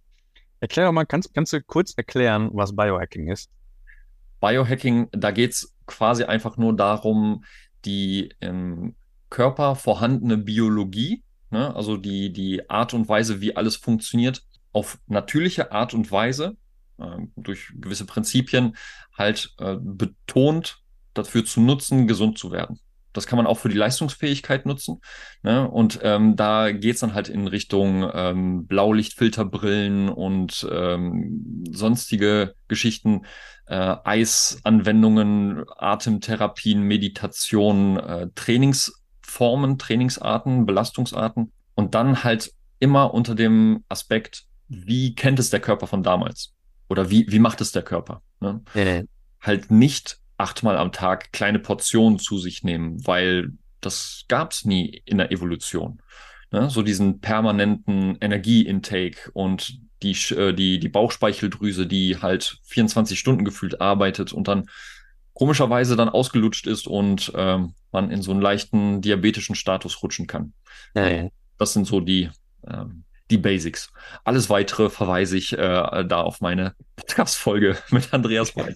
Erklär doch mal, kannst, kannst du kurz erklären, was Biohacking ist? Biohacking, da geht's quasi einfach nur darum, die im Körper vorhandene Biologie, ne, also die, die Art und Weise, wie alles funktioniert, auf natürliche Art und Weise, äh, durch gewisse Prinzipien, halt äh, betont dafür zu nutzen, gesund zu werden. Das kann man auch für die Leistungsfähigkeit nutzen. Ne? Und ähm, da geht's dann halt in Richtung ähm, Blaulichtfilterbrillen und ähm, sonstige Geschichten, äh, Eisanwendungen, Atemtherapien, Meditation, äh, Trainingsformen, Trainingsarten, Belastungsarten und dann halt immer unter dem Aspekt, wie kennt es der Körper von damals? Oder wie, wie macht es der Körper? Ne? Mhm. Halt nicht achtmal am Tag kleine Portionen zu sich nehmen, weil das gab es nie in der Evolution. Ne? So diesen permanenten Energieintake und die, äh, die, die Bauchspeicheldrüse, die halt vierundzwanzig Stunden gefühlt arbeitet und dann komischerweise dann ausgelutscht ist und ähm, man in so einen leichten diabetischen Status rutschen kann. Also Mhm. das sind so die, ähm, die Basics. Alles weitere verweise ich äh, da auf meine Podcast-Folge mit Andreas Breit.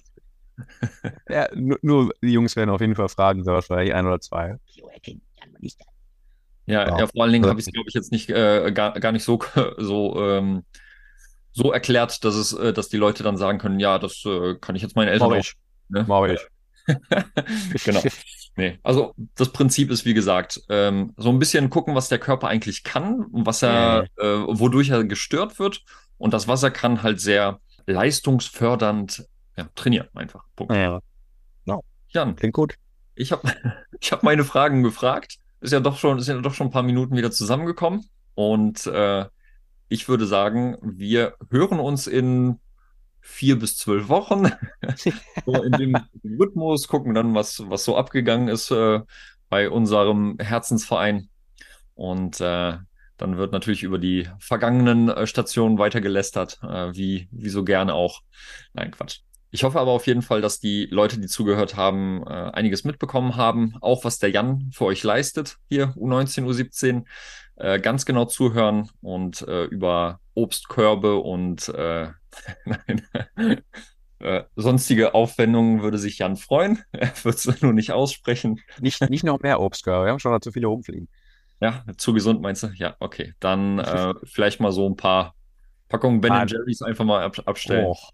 Ja, nur, nur die Jungs werden auf jeden Fall fragen, so wahrscheinlich ein oder zwei. Biohacking, kann man nicht. Ja, So. ja, vor allen Dingen Also, habe ich es, glaube ich, jetzt nicht äh, gar, gar nicht so, so, ähm, so erklärt, dass es, äh, dass die Leute dann sagen können, ja, das äh, kann ich jetzt meinen Eltern mach auch. ich. Ne? Mach ich. Genau. Nee, also das Prinzip ist, wie gesagt, ähm, so ein bisschen gucken, was der Körper eigentlich kann und was er, Ja, äh, wodurch er gestört wird. Und das, was er kann, halt sehr leistungsfördernd, ja, trainieren einfach. ja, Punkt. ja. No. Jan, Klingt gut. ich habe ich hab meine Fragen gefragt. Ist ja doch schon, ist ja doch schon ein paar Minuten wieder zusammengekommen. Und äh, ich würde sagen, wir hören uns in vier bis zwölf Wochen. So in dem Rhythmus, gucken dann, was, was so abgegangen ist äh, bei unserem Herzensverein. Und äh, dann wird natürlich über die vergangenen äh, Stationen weiter gelästert, äh, wie, wie so gerne auch. Nein, Quatsch. Ich hoffe aber auf jeden Fall, dass die Leute, die zugehört haben, äh, einiges mitbekommen haben, auch was der Jan für euch leistet, hier U neunzehn, U siebzehn, äh, ganz genau zuhören und äh, über Obstkörbe und äh, nein, äh, sonstige Aufwendungen würde sich Jan freuen. Er wird es nur nicht aussprechen. Nicht, nicht noch mehr Obstkörbe, wir haben schon noch zu viele rumfliegen. Ja, zu gesund meinst du? Ja, okay. Dann äh, vielleicht mal so ein paar Packungen Ben Ah, and Jerry's einfach mal ab abstellen. oh,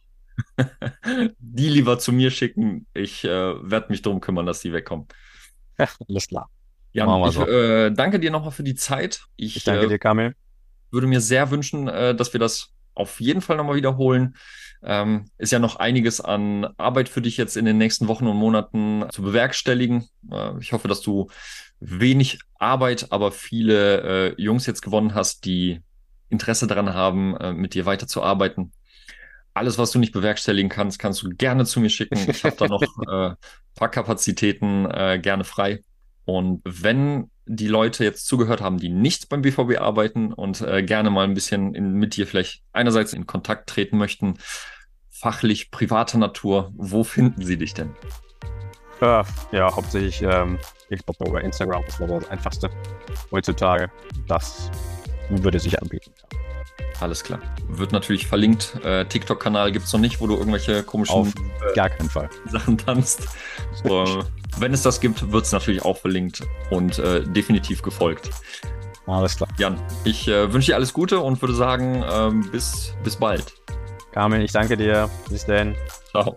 Die lieber zu mir schicken. Ich äh, werde mich darum kümmern, dass die wegkommen. alles klar. Jan, Machen wir ich so. äh, danke dir nochmal für die Zeit. Ich Ich danke äh, dir, Kamil. würde mir sehr wünschen, äh, dass wir das auf jeden Fall nochmal wiederholen. Ähm, ist ja noch einiges an Arbeit für dich jetzt in den nächsten Wochen und Monaten zu bewerkstelligen. Äh, ich hoffe, dass du wenig Arbeit, aber viele äh, Jungs jetzt gewonnen hast, die Interesse daran haben, äh, mit dir weiterzuarbeiten. Alles, was du nicht bewerkstelligen kannst, kannst du gerne zu mir schicken. Ich habe da noch äh, paar Kapazitäten äh, gerne frei. Und wenn die Leute jetzt zugehört haben, die nicht beim B V B arbeiten und äh, gerne mal ein bisschen in, mit dir vielleicht einerseits in Kontakt treten möchten, fachlich, privater Natur, wo finden sie dich denn? Äh, ja, hauptsächlich, ähm, ich glaube, über Instagram ist das Einfachste heutzutage. Das würde sich anbieten. Alles klar. Wird natürlich verlinkt. Äh, TikTok-Kanal gibt's noch nicht, wo du irgendwelche komischen Auf gar keinen Fall. Sachen tanzt. So, wenn es das gibt, wird's natürlich auch verlinkt und äh, definitiv gefolgt. Alles klar. Jan, ich äh, wünsche dir alles Gute und würde sagen, ähm, bis, bis bald. Kamil, ich danke dir. Bis dann. Ciao.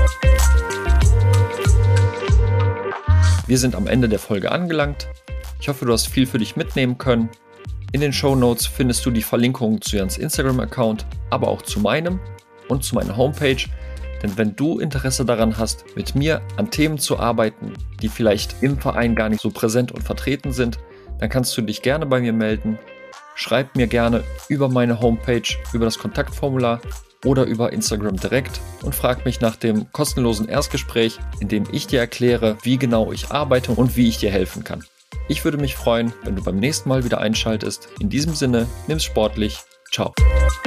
Wir sind am Ende der Folge angelangt. Ich hoffe, du hast viel für dich mitnehmen können. In den Shownotes findest du die Verlinkung zu Jans Instagram-Account, aber auch zu meinem und zu meiner Homepage. Denn wenn du Interesse daran hast, mit mir an Themen zu arbeiten, die vielleicht im Verein gar nicht so präsent und vertreten sind, dann kannst du dich gerne bei mir melden. Schreib mir gerne über meine Homepage, über das Kontaktformular oder über Instagram direkt und frag mich nach dem kostenlosen Erstgespräch, in dem ich dir erkläre, wie genau ich arbeite und wie ich dir helfen kann. Ich würde mich freuen, wenn du beim nächsten Mal wieder einschaltest. In diesem Sinne, nimm's sportlich. Ciao.